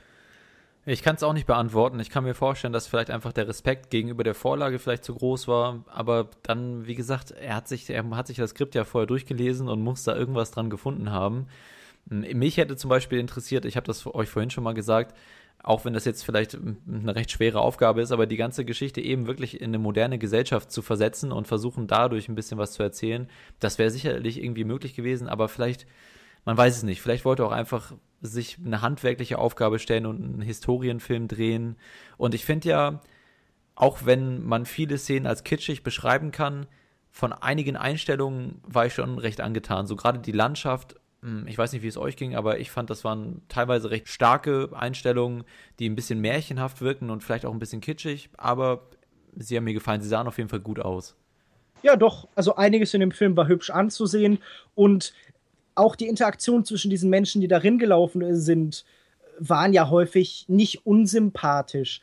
Ich kann es auch nicht beantworten. Ich kann mir vorstellen, dass vielleicht einfach der Respekt gegenüber der Vorlage vielleicht zu groß war. Aber dann, wie gesagt, er hat sich, er hat sich das Skript ja vorher durchgelesen und muss da irgendwas dran gefunden haben. Mich hätte zum Beispiel interessiert, ich habe das euch vorhin schon mal gesagt, auch wenn das jetzt vielleicht eine recht schwere Aufgabe ist, aber die ganze Geschichte eben wirklich in eine moderne Gesellschaft zu versetzen und versuchen dadurch ein bisschen was zu erzählen, das wäre sicherlich irgendwie möglich gewesen, aber vielleicht, man weiß es nicht, vielleicht wollte er auch einfach sich eine handwerkliche Aufgabe stellen und einen Historienfilm drehen. Und ich finde ja, auch wenn man viele Szenen als kitschig beschreiben kann, von einigen Einstellungen war ich schon recht angetan. So gerade die Landschaft, ich weiß nicht, wie es euch ging, aber ich fand, das waren teilweise recht starke Einstellungen, die ein bisschen märchenhaft wirken und vielleicht auch ein bisschen kitschig, aber sie haben mir gefallen. Sie sahen auf jeden Fall gut aus. Ja, doch. Also einiges in dem Film war hübsch anzusehen und auch die Interaktion zwischen diesen Menschen, die darin gelaufen sind, waren ja häufig nicht unsympathisch.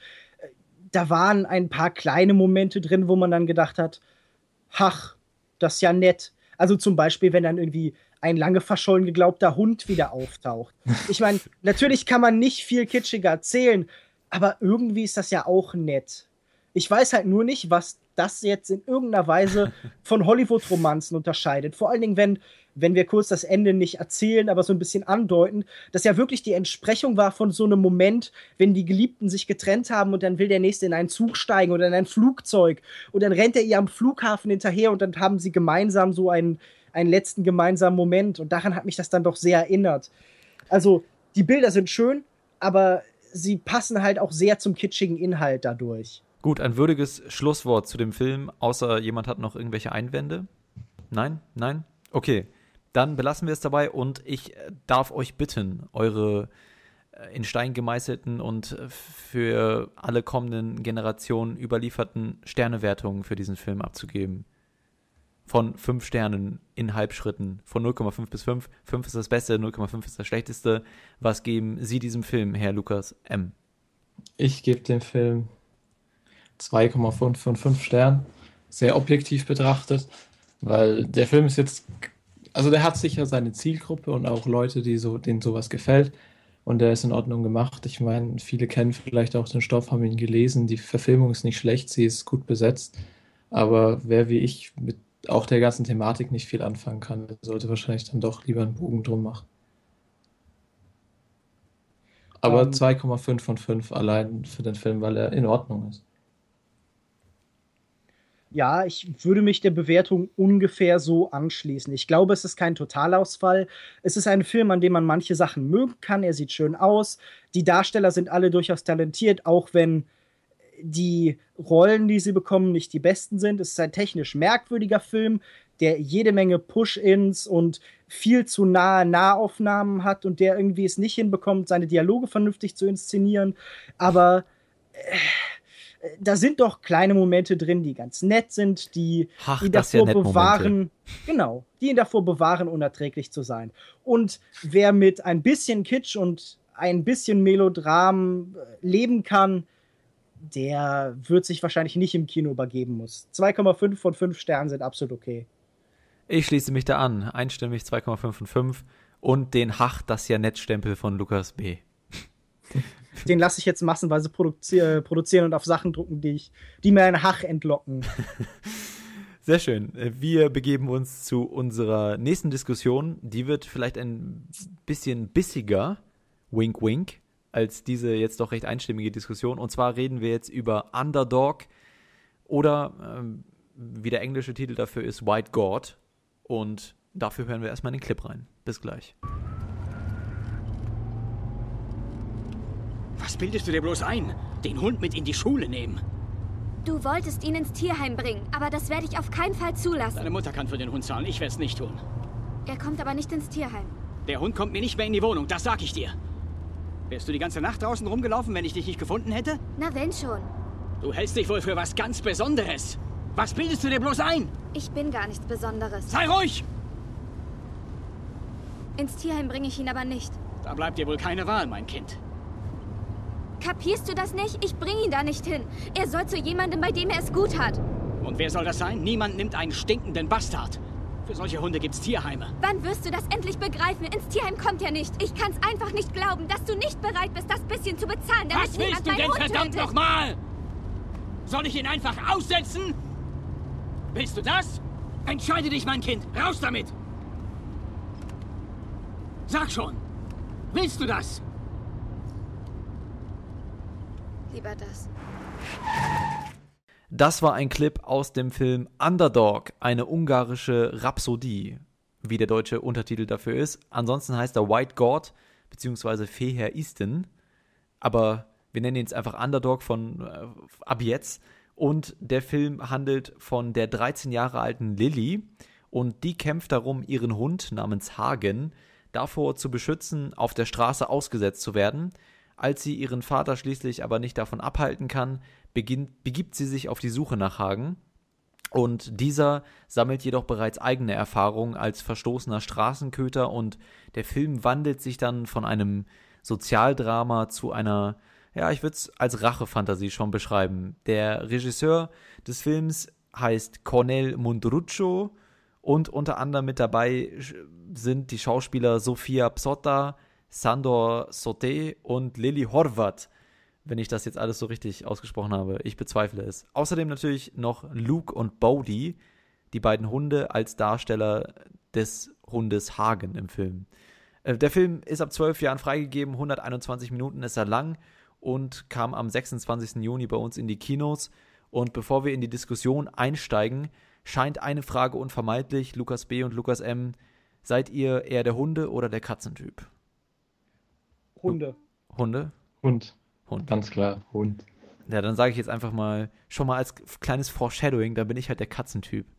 Da waren ein paar kleine Momente drin, wo man dann gedacht hat, ach, das ist ja nett. Also zum Beispiel, wenn dann irgendwie ein lange verschollen geglaubter Hund wieder auftaucht. Ich meine, natürlich kann man nicht viel kitschiger erzählen, aber irgendwie ist das ja auch nett. Ich weiß halt nur nicht, was das jetzt in irgendeiner Weise von Hollywood-Romanzen unterscheidet. Vor allen Dingen, wenn, wenn wir kurz das Ende nicht erzählen, aber so ein bisschen andeuten, dass ja wirklich die Entsprechung war von so einem Moment, wenn die Geliebten sich getrennt haben und dann will der Nächste in einen Zug steigen oder in ein Flugzeug und dann rennt er ihr am Flughafen hinterher und dann haben sie gemeinsam so einen, einen letzten gemeinsamen Moment und daran hat mich das dann doch sehr erinnert. Also, die Bilder sind schön, aber sie passen halt auch sehr zum kitschigen Inhalt dadurch. Gut, ein würdiges Schlusswort zu dem Film, außer jemand hat noch irgendwelche Einwände? Nein? Nein? Okay. dann belassen wir es dabei und ich darf euch bitten, eure in Stein gemeißelten und für alle kommenden Generationen überlieferten Sternewertungen für diesen Film abzugeben. Von fünf Sternen in Halbschritten, von null Komma fünf bis fünf. fünf ist das Beste, null Komma fünf ist das Schlechteste. Was geben Sie diesem Film, Herr Lukas M.? Ich gebe dem Film zwei Komma fünf von fünf Sternen, sehr objektiv betrachtet, weil der Film ist jetzt, also der hat sicher seine Zielgruppe und auch Leute, die so, denen sowas gefällt. Und der ist in Ordnung gemacht. Ich meine, viele kennen vielleicht auch den Stoff, haben ihn gelesen. Die Verfilmung ist nicht schlecht, sie ist gut besetzt. Aber wer wie ich mit auch der ganzen Thematik nicht viel anfangen kann, der sollte wahrscheinlich dann doch lieber einen Bogen drum machen. Aber Ähm, zwei Komma fünf von fünf allein für den Film, weil er in Ordnung ist. Ja, ich würde mich der Bewertung ungefähr so anschließen. Ich glaube, es ist kein Totalausfall. Es ist ein Film, an dem man manche Sachen mögen kann. Er sieht schön aus. Die Darsteller sind alle durchaus talentiert, auch wenn die Rollen, die sie bekommen, nicht die besten sind. Es ist ein technisch merkwürdiger Film, der jede Menge Push-Ins und viel zu nahe Nahaufnahmen hat und der irgendwie es nicht hinbekommt, seine Dialoge vernünftig zu inszenieren. Aber äh, da sind doch kleine Momente drin, die ganz nett sind, die Ach, ihn das ist ja davor nett, bewahren, Momente. genau, die ihn davor bewahren, unerträglich zu sein. Und wer mit ein bisschen Kitsch und ein bisschen Melodram äh, leben kann, der wird sich wahrscheinlich nicht im Kino übergeben muss. zwei Komma fünf von fünf Sternen sind absolut okay. Ich schließe mich da an. Einstimmig zwei Komma fünf von fünf und den Hach, das ja Nettstempel von Lukas B. Den lasse ich jetzt massenweise produzi- produzieren und auf Sachen drucken, die, ich, die mir einen Hach entlocken. Sehr schön. Wir begeben uns zu unserer nächsten Diskussion. Die wird vielleicht ein bisschen bissiger, wink wink, als diese jetzt doch recht einstimmige Diskussion. Und zwar reden wir jetzt über Underdog oder ähm, wie der englische Titel dafür ist, White God. Und dafür hören wir erstmal in den Clip rein. Bis gleich. Was bildest du dir bloß ein? Den Hund mit in die Schule nehmen? Du wolltest ihn ins Tierheim bringen, aber das werde ich auf keinen Fall zulassen. Deine Mutter kann für den Hund zahlen, ich werde es nicht tun. Er kommt aber nicht ins Tierheim. Der Hund kommt mir nicht mehr in die Wohnung, das sag ich dir. Wärst du die ganze Nacht draußen rumgelaufen, wenn ich dich nicht gefunden hätte? Na wenn schon. Du hältst dich wohl für was ganz Besonderes. Was bildest du dir bloß ein? Ich bin gar nichts Besonderes. Sei ruhig! Ins Tierheim bringe ich ihn aber nicht. Da bleibt dir wohl keine Wahl, mein Kind. Kapierst du das nicht? Ich bringe ihn da nicht hin. Er soll zu jemandem, bei dem er es gut hat. Und wer soll das sein? Niemand nimmt einen stinkenden Bastard. Für solche Hunde gibt's Tierheime. Wann wirst du das endlich begreifen? Ins Tierheim kommt er nicht. Ich kann's einfach nicht glauben, dass du nicht bereit bist, das bisschen zu bezahlen, damit Was niemand willst du meinen denn Hund verdammt tötet. nochmal? Soll ich ihn einfach aussetzen? Willst du das? Entscheide dich, mein Kind. Raus damit! Sag schon. Willst du das? Lieber das. Das war ein Clip aus dem Film Underdog, eine ungarische Rhapsodie, wie der deutsche Untertitel dafür ist. Ansonsten heißt er White God, beziehungsweise Feher Isten. Aber wir nennen ihn jetzt einfach Underdog von äh, ab jetzt. Und der Film handelt von der dreizehn Jahre alten Lilly. Und die kämpft darum, ihren Hund namens Hagen davor zu beschützen, auf der Straße ausgesetzt zu werden. Als sie ihren Vater schließlich aber nicht davon abhalten kann, beginnt, begibt sie sich auf die Suche nach Hagen. Und dieser sammelt jedoch bereits eigene Erfahrungen als verstoßener Straßenköter und der Film wandelt sich dann von einem Sozialdrama zu einer, ja, ich würde es als Rachefantasie schon beschreiben. Der Regisseur des Films heißt Cornel Mundruccio und unter anderem mit dabei sind die Schauspieler Sofia Psotta, Sandor Sote und Lily Horvath, wenn ich das jetzt alles so richtig ausgesprochen habe. Ich bezweifle es. Außerdem natürlich noch Luke und Bodhi, die beiden Hunde als Darsteller des Hundes Hagen im Film. Äh, der Film ist ab zwölf Jahren freigegeben, hunderteinundzwanzig Minuten ist er lang und kam am sechsundzwanzigsten Juni bei uns in die Kinos. Und bevor wir in die Diskussion einsteigen, scheint eine Frage unvermeidlich. Lukas B. und Lukas M., seid ihr eher der Hunde- oder der Katzentyp? Hunde. Hunde? Hund. Hund. Ganz klar, Hund. Ja, dann sage ich jetzt einfach mal, schon mal als kleines Foreshadowing, da bin ich halt der Katzentyp.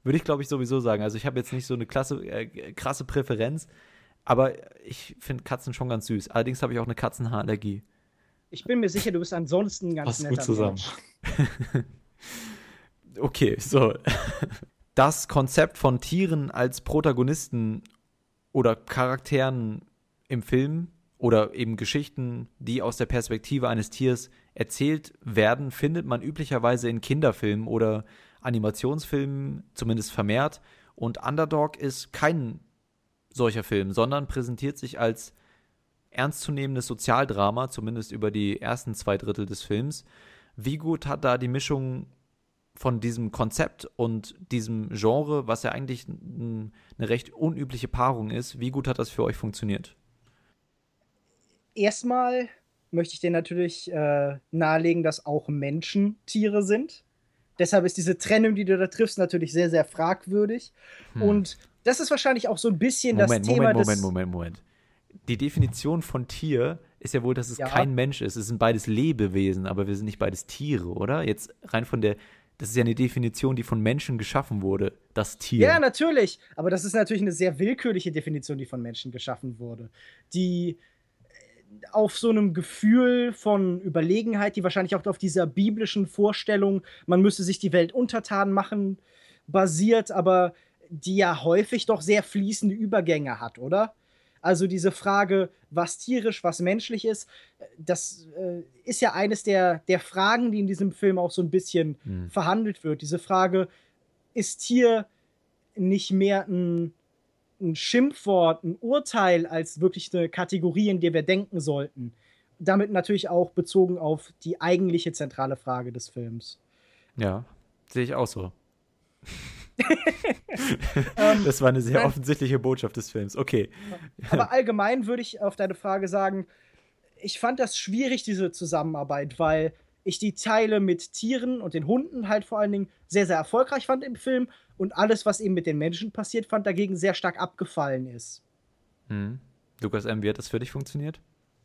Würde ich, glaube ich, sowieso sagen. Also ich habe jetzt nicht so eine klasse, äh, krasse Präferenz, aber ich finde Katzen schon ganz süß. Allerdings habe ich auch eine Katzenhaarallergie. Ich bin mir sicher, du bist ansonsten ein ganz Passt netter gut zusammen. Mensch. Okay, so. Das Konzept von Tieren als Protagonisten oder Charakteren im Film oder eben Geschichten, die aus der Perspektive eines Tiers erzählt werden, findet man üblicherweise in Kinderfilmen oder Animationsfilmen zumindest vermehrt. Und Underdog ist kein solcher Film, sondern präsentiert sich als ernstzunehmendes Sozialdrama, zumindest über die ersten zwei Drittel des Films. Wie gut hat da die Mischung von diesem Konzept und diesem Genre, was ja eigentlich n- eine recht unübliche Paarung ist, wie gut hat das für euch funktioniert? Erstmal möchte ich dir natürlich äh, nahelegen, dass auch Menschen Tiere sind. Deshalb ist diese Trennung, die du da triffst, natürlich sehr, sehr fragwürdig. Hm. Und das ist wahrscheinlich auch so ein bisschen Moment, das Thema Moment, des... Moment, Moment, Moment. Die Definition von Tier ist ja wohl, dass es Ja. kein Mensch ist. Es sind beides Lebewesen, aber wir sind nicht beides Tiere, oder? Jetzt rein von der, das ist ja eine Definition, die von Menschen geschaffen wurde, das Tier. Ja, natürlich. Aber das ist natürlich eine sehr willkürliche Definition, die von Menschen geschaffen wurde. Die äh, auf so einem Gefühl von Überlegenheit, die wahrscheinlich auch auf dieser biblischen Vorstellung, man müsse sich die Welt untertan machen, basiert, aber die ja häufig doch sehr fließende Übergänge hat, oder? Also diese Frage, was tierisch, was menschlich ist, das äh, ist ja eines der, der Fragen, die in diesem Film auch so ein bisschen Hm. verhandelt wird. Diese Frage, ist Tier nicht mehr ein, ein Schimpfwort, ein Urteil, als wirklich eine Kategorie, in der wir denken sollten? Damit natürlich auch bezogen auf die eigentliche zentrale Frage des Films. Ja, sehe ich auch so. Ähm, Das war eine sehr nein. offensichtliche Botschaft des Films. Okay. Aber allgemein würde ich auf deine Frage sagen, ich fand das schwierig, diese Zusammenarbeit, weil ich die Teile mit Tieren und den Hunden halt vor allen Dingen sehr, sehr erfolgreich fand im Film und alles, was eben mit den Menschen passiert, fand dagegen sehr stark abgefallen ist. Hm. Lukas M., wie hat das für dich funktioniert?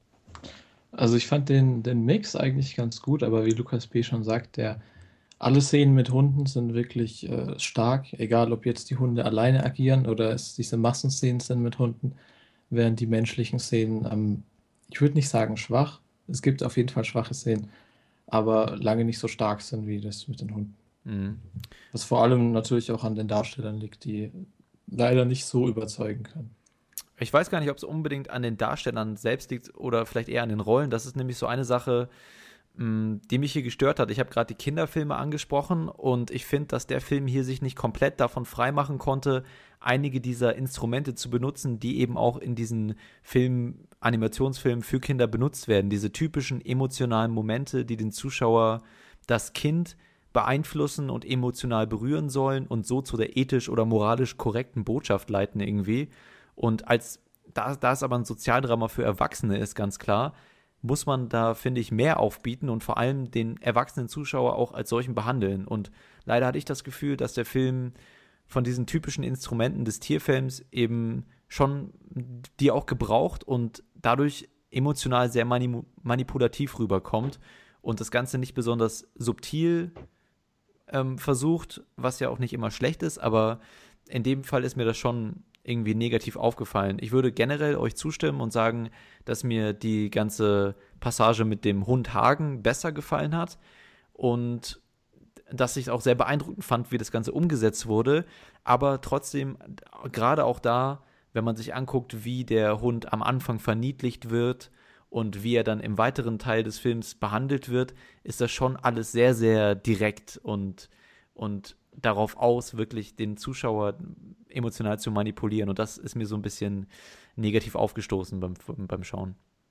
Also ich fand den, den Mix eigentlich ganz gut, aber wie Lukas B. schon sagt, der, alle Szenen mit Hunden sind wirklich äh, stark, egal ob jetzt die Hunde alleine agieren oder es diese Massenszenen sind mit Hunden, während die menschlichen Szenen, ähm, ich würde nicht sagen schwach, es gibt auf jeden Fall schwache Szenen, aber lange nicht so stark sind wie das mit den Hunden. Hm. Was vor allem natürlich auch an den Darstellern liegt, die leider nicht so überzeugen können. Ich weiß gar nicht, ob es unbedingt an den Darstellern selbst liegt oder vielleicht eher an den Rollen. Das ist nämlich so eine Sache, mh, die mich hier gestört hat. Ich habe gerade die Kinderfilme angesprochen und ich finde, dass der Film hier sich nicht komplett davon freimachen konnte, einige dieser Instrumente zu benutzen, die eben auch in diesen Filmen, Animationsfilmen für Kinder benutzt werden. Diese typischen emotionalen Momente, die den Zuschauer, das Kind beeinflussen und emotional berühren sollen und so zu der ethisch oder moralisch korrekten Botschaft leiten irgendwie. Und als da, da es aber ein Sozialdrama für Erwachsene ist, ganz klar, muss man da, finde ich, mehr aufbieten und vor allem den erwachsenen Zuschauer auch als solchen behandeln. Und leider hatte ich das Gefühl, dass der Film von diesen typischen Instrumenten des Tierfilms eben schon die auch gebraucht und dadurch emotional sehr mani- manipulativ rüberkommt und das Ganze nicht besonders subtil ähm, versucht, was ja auch nicht immer schlecht ist, aber in dem Fall ist mir das schon irgendwie negativ aufgefallen. Ich würde generell euch zustimmen und sagen, dass mir die ganze Passage mit dem Hund Hagen besser gefallen hat und dass ich es auch sehr beeindruckend fand, wie das Ganze umgesetzt wurde, aber trotzdem, gerade auch da, wenn man sich anguckt, wie der Hund am Anfang verniedlicht wird und wie er dann im weiteren Teil des Films behandelt wird, ist das schon alles sehr, sehr direkt und, und darauf aus, wirklich den Zuschauer emotional zu manipulieren. Und das ist mir so ein bisschen negativ aufgestoßen beim, beim Schauen.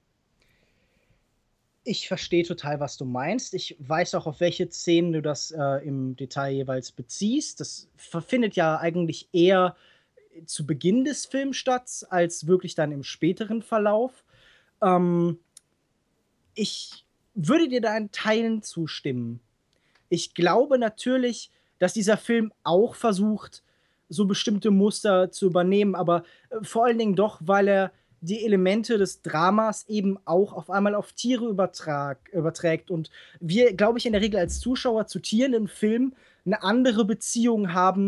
Ich verstehe total, was du meinst. Ich weiß auch, auf welche Szenen du das äh, im Detail jeweils beziehst. Das findet ja eigentlich eher zu Beginn des Films statt, als wirklich dann im späteren Verlauf. Ähm, ich würde dir da in Teilen zustimmen. Ich glaube natürlich, dass dieser Film auch versucht, so bestimmte Muster zu übernehmen, aber äh, vor allen Dingen doch, weil er die Elemente des Dramas eben auch auf einmal auf Tiere übertrag, überträgt und wir, glaube ich, in der Regel als Zuschauer zu Tieren im Film eine andere Beziehung haben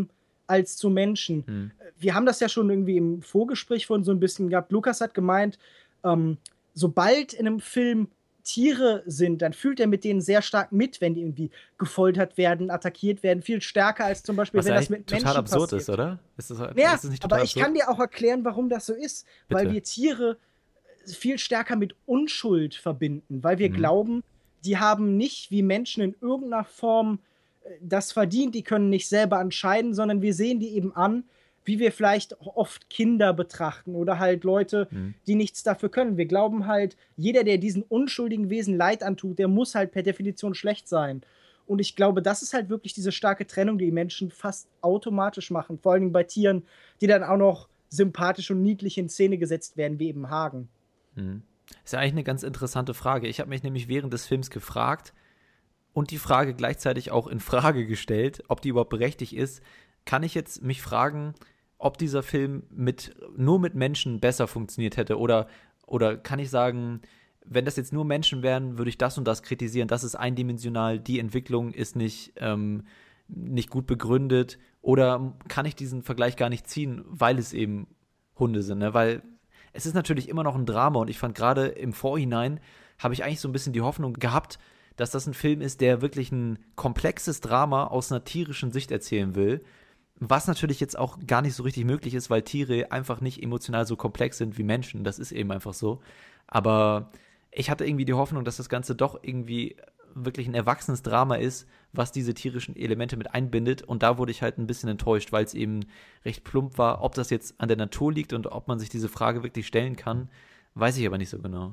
als zu Menschen. Hm. Wir haben das ja schon irgendwie im Vorgespräch von so ein bisschen gehabt. Lukas hat gemeint, ähm, sobald in einem Film Tiere sind, dann fühlt er mit denen sehr stark mit, wenn die irgendwie gefoltert werden, attackiert werden, viel stärker als zum Beispiel, Was wenn ja das mit total Menschen absurd passiert. ist, oder? Ist das, Ja, ist das nicht total aber ich absurd? kann dir auch erklären, warum das so ist. Bitte. Weil wir Tiere viel stärker mit Unschuld verbinden. Weil wir Mhm. glauben, die haben nicht wie Menschen in irgendeiner Form äh, das verdient. Die können nicht selber entscheiden, sondern wir sehen die eben an, wie wir vielleicht oft Kinder betrachten oder halt Leute, Mhm. die nichts dafür können. Wir glauben halt, jeder, der diesen unschuldigen Wesen Leid antut, der muss halt per Definition schlecht sein. Und ich glaube, das ist halt wirklich diese starke Trennung, die die Menschen fast automatisch machen. Vor allen Dingen bei Tieren, die dann auch noch sympathisch und niedlich in Szene gesetzt werden, wie eben Hagen. Mhm. Ist ja eigentlich eine ganz interessante Frage. Ich habe mich nämlich während des Films gefragt und die Frage gleichzeitig auch in Frage gestellt, ob die überhaupt berechtigt ist. Kann ich jetzt mich fragen, ob dieser Film mit, nur mit Menschen besser funktioniert hätte? Oder, oder kann ich sagen, wenn das jetzt nur Menschen wären, würde ich das und das kritisieren, das ist eindimensional, die Entwicklung ist nicht, ähm, nicht gut begründet? Oder kann ich diesen Vergleich gar nicht ziehen, weil es eben Hunde sind? Ne? Weil es ist natürlich immer noch ein Drama und ich fand gerade im Vorhinein, habe ich eigentlich so ein bisschen die Hoffnung gehabt, dass das ein Film ist, der wirklich ein komplexes Drama aus einer tierischen Sicht erzählen will. Was natürlich jetzt auch gar nicht so richtig möglich ist, weil Tiere einfach nicht emotional so komplex sind wie Menschen. Das ist eben einfach so. Aber ich hatte irgendwie die Hoffnung, dass das Ganze doch irgendwie wirklich ein erwachsenes Drama ist, was diese tierischen Elemente mit einbindet. Und da wurde ich halt ein bisschen enttäuscht, weil es eben recht plump war. Ob das jetzt an der Natur liegt und ob man sich diese Frage wirklich stellen kann, weiß ich aber nicht so genau.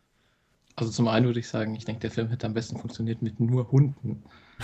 Also zum einen würde ich sagen, ich denke, der Film hätte am besten funktioniert mit nur Hunden.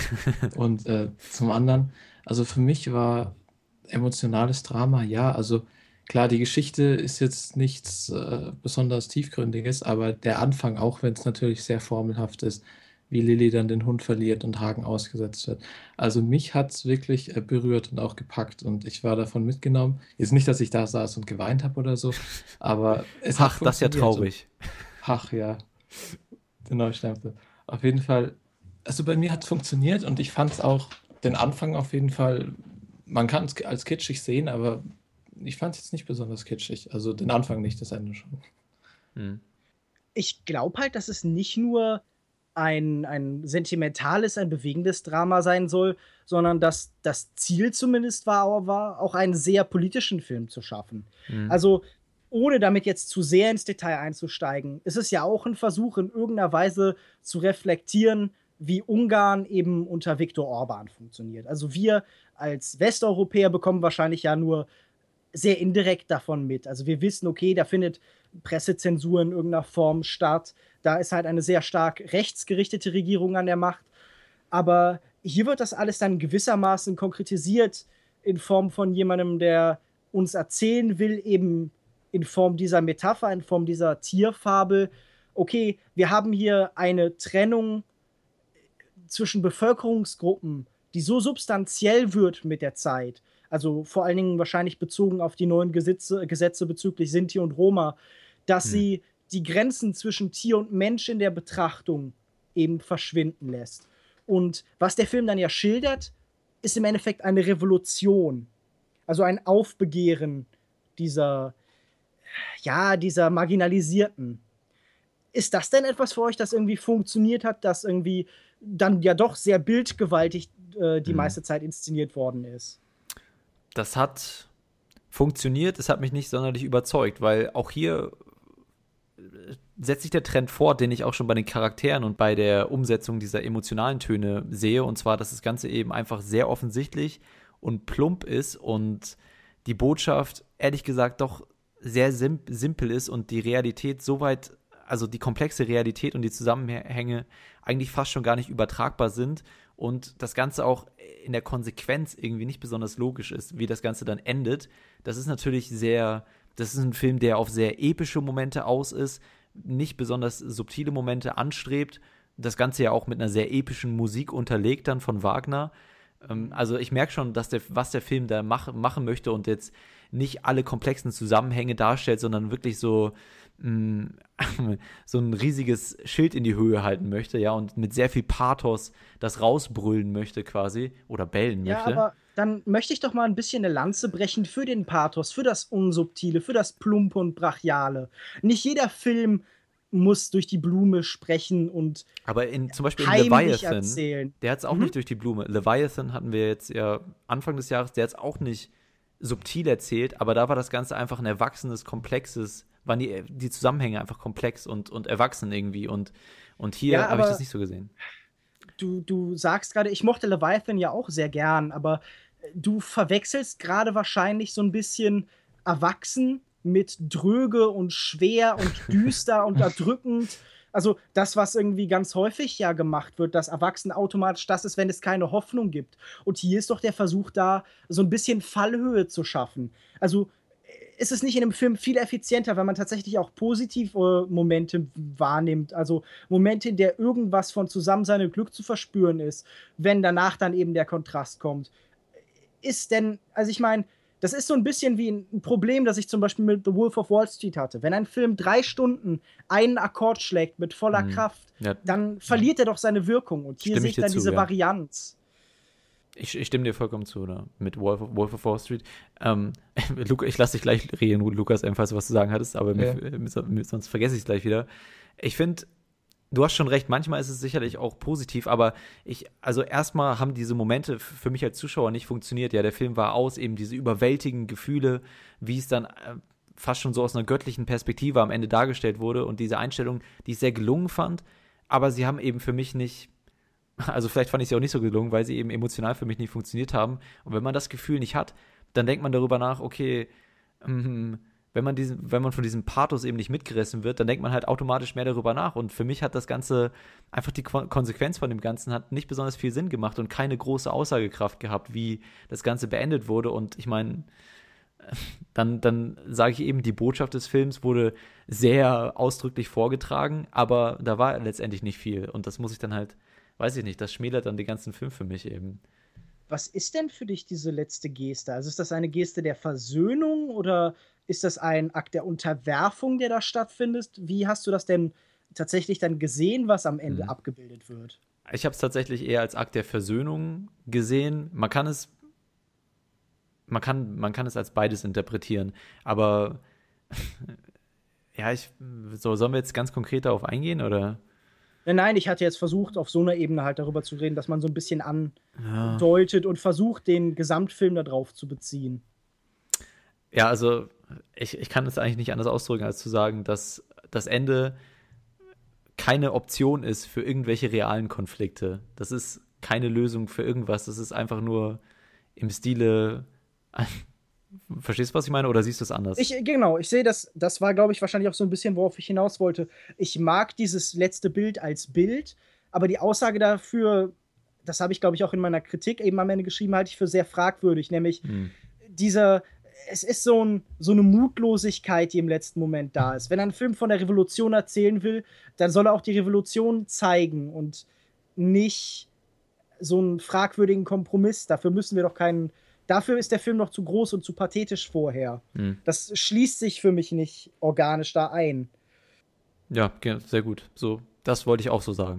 Und äh, zum anderen, also für mich war emotionales Drama, ja, also klar, die Geschichte ist jetzt nichts äh, besonders Tiefgründiges, aber der Anfang, auch wenn es natürlich sehr formelhaft ist, wie Lilly dann den Hund verliert und Hagen ausgesetzt wird. Also mich hat es wirklich äh, berührt und auch gepackt und ich war davon mitgenommen. Jetzt nicht, dass ich da saß und geweint habe oder so, aber es hat Ach, das ist ja funktioniert. traurig. Ach ja, der Neustempel. Auf jeden Fall, also bei mir hat es funktioniert und ich fand es auch, den Anfang auf jeden Fall, man kann es als kitschig sehen, aber ich fand es jetzt nicht besonders kitschig. Also den Anfang nicht, das Ende schon. Hm. Ich glaube halt, dass es nicht nur ein, ein sentimentales, ein bewegendes Drama sein soll, sondern dass das Ziel zumindest war, war auch einen sehr politischen Film zu schaffen. Hm. Also ohne damit jetzt zu sehr ins Detail einzusteigen, ist es ja auch ein Versuch, in irgendeiner Weise zu reflektieren, wie Ungarn eben unter Viktor Orban funktioniert. Also wir als Westeuropäer bekommen wahrscheinlich ja nur sehr indirekt davon mit. Also wir wissen, okay, da findet Pressezensur in irgendeiner Form statt. Da ist halt eine sehr stark rechtsgerichtete Regierung an der Macht. Aber hier wird das alles dann gewissermaßen konkretisiert in Form von jemandem, der uns erzählen will, eben in Form dieser Metapher, in Form dieser Tierfabel, okay, wir haben hier eine Trennung zwischen Bevölkerungsgruppen, die so substanziell wird mit der Zeit, also vor allen Dingen wahrscheinlich bezogen auf die neuen Gesetze, Gesetze bezüglich Sinti und Roma, dass hm. sie die Grenzen zwischen Tier und Mensch in der Betrachtung eben verschwinden lässt. Und was der Film dann ja schildert, ist im Endeffekt eine Revolution. Also ein Aufbegehren dieser, ja, dieser Marginalisierten. Ist das denn etwas für euch, das irgendwie funktioniert hat, das irgendwie dann ja doch sehr bildgewaltig äh, die hm. meiste Zeit inszeniert worden ist? Das hat funktioniert, es hat mich nicht sonderlich überzeugt, weil auch hier setzt sich der Trend fort, den ich auch schon bei den Charakteren und bei der Umsetzung dieser emotionalen Töne sehe, und zwar, dass das Ganze eben einfach sehr offensichtlich und plump ist und die Botschaft, ehrlich gesagt, doch sehr sim- simpel ist und die Realität soweit, also die komplexe Realität und die Zusammenhänge eigentlich fast schon gar nicht übertragbar sind und das Ganze auch in der Konsequenz irgendwie nicht besonders logisch ist, wie das Ganze dann endet. Das ist natürlich sehr, das ist ein Film, der auf sehr epische Momente aus ist, nicht besonders subtile Momente anstrebt, das Ganze ja auch mit einer sehr epischen Musik unterlegt dann von Wagner. Ähm, also ich merke schon, dass der, was der Film da mach, machen möchte und jetzt nicht alle komplexen Zusammenhänge darstellt, sondern wirklich so mh, so ein riesiges Schild in die Höhe halten möchte, ja, und mit sehr viel Pathos das rausbrüllen möchte quasi oder bellen ja, möchte. Aber dann möchte ich doch mal ein bisschen eine Lanze brechen für den Pathos, für das Unsubtile, für das Plumpe und Brachiale. Nicht jeder Film muss durch die Blume sprechen und Aber in, zum Beispiel in heimlich Leviathan, erzählen. der hat es auch Mhm. nicht durch die Blume. Leviathan hatten wir jetzt ja Anfang des Jahres, der hat es auch nicht subtil erzählt, aber da war das Ganze einfach ein erwachsenes, komplexes, waren die, die Zusammenhänge einfach komplex und, und erwachsen irgendwie und, und hier Ja, habe ich aber- das nicht so gesehen. Du, du sagst gerade, ich mochte Leviathan ja auch sehr gern, aber du verwechselst gerade wahrscheinlich so ein bisschen erwachsen mit dröge und schwer und düster und erdrückend. Also das, was irgendwie ganz häufig ja gemacht wird, dass Erwachsen automatisch das ist, wenn es keine Hoffnung gibt. Und hier ist doch der Versuch da, so ein bisschen Fallhöhe zu schaffen. Also ist es nicht in einem Film viel effizienter, wenn man tatsächlich auch positive Momente wahrnimmt, also Momente, in der irgendwas von Zusammensein und Glück zu verspüren ist, wenn danach dann eben der Kontrast kommt. Ist denn, also ich meine, das ist so ein bisschen wie ein Problem, das ich zum Beispiel mit The Wolf of Wall Street hatte. Wenn ein Film drei Stunden einen Akkord schlägt mit voller Mhm. Kraft, Ja, dann verliert er doch seine Wirkung. Und hier Stimme sehe ich ich dann dir zu, diese ja. Varianz. ich, ich stimme dir vollkommen zu, oder? Mit Wolf of, Wolf of Wall Street. Ähm, Luca, ich lasse dich gleich reden, Lukas, falls du was zu sagen hattest, aber Ja. mir, mir, sonst vergesse ich es gleich wieder. Ich finde, du hast schon recht, manchmal ist es sicherlich auch positiv, aber ich, also erstmal haben diese Momente für mich als Zuschauer nicht funktioniert. Ja, der Film war aus, eben diese überwältigenden Gefühle, wie es dann äh, fast schon so aus einer göttlichen Perspektive am Ende dargestellt wurde und diese Einstellung, die ich sehr gelungen fand, aber sie haben eben für mich nicht, also vielleicht fand ich sie auch nicht so gelungen, weil sie eben emotional für mich nicht funktioniert haben. Und wenn man das Gefühl nicht hat, dann denkt man darüber nach, okay, ähm, wenn man diesen, wenn man von diesem Pathos eben nicht mitgerissen wird, dann denkt man halt automatisch mehr darüber nach. Und für mich hat das Ganze, einfach die Kon- Konsequenz von dem Ganzen hat nicht besonders viel Sinn gemacht und keine große Aussagekraft gehabt, wie das Ganze beendet wurde. Und ich meine, dann, dann sage ich eben, die Botschaft des Films wurde sehr ausdrücklich vorgetragen, aber da war letztendlich nicht viel. Und das muss ich dann halt, weiß ich nicht, das schmälert dann den ganzen Film für mich eben. Was ist denn für dich diese letzte Geste? Also ist das eine Geste der Versöhnung oder ist das ein Akt der Unterwerfung, der da stattfindet? Wie hast du das denn tatsächlich dann gesehen, was am Ende Mhm. abgebildet wird? Ich habe es tatsächlich eher als Akt der Versöhnung gesehen. Man kann es, man kann, man kann es als beides interpretieren, aber ja, ich, so, sollen wir jetzt ganz konkret darauf eingehen, oder? Nein, nein, ich hatte jetzt versucht, auf so einer Ebene halt darüber zu reden, dass man so ein bisschen Ja. andeutet und versucht, den Gesamtfilm da drauf zu beziehen. Ja, also ich, ich kann es eigentlich nicht anders ausdrücken, als zu sagen, dass das Ende keine Option ist für irgendwelche realen Konflikte. Das ist keine Lösung für irgendwas. Das ist einfach nur im Stile. Verstehst du, was ich meine? Oder siehst du es anders? Ich, genau, ich sehe das, das war, glaube ich, wahrscheinlich auch so ein bisschen, worauf ich hinaus wollte. Ich mag dieses letzte Bild als Bild, aber die Aussage dafür, das habe ich, glaube ich, auch in meiner Kritik eben am Ende geschrieben, halte ich für sehr fragwürdig, nämlich Hm. dieser, es ist so, ein, so eine Mutlosigkeit, die im letzten Moment da ist. Wenn er einen Film von der Revolution erzählen will, dann soll er auch die Revolution zeigen und nicht so einen fragwürdigen Kompromiss. Dafür müssen wir doch keinen, dafür ist der Film noch zu groß und zu pathetisch vorher. Hm. Das schließt sich für mich nicht organisch da ein. Ja, ge- sehr gut. So, das wollte ich auch so sagen.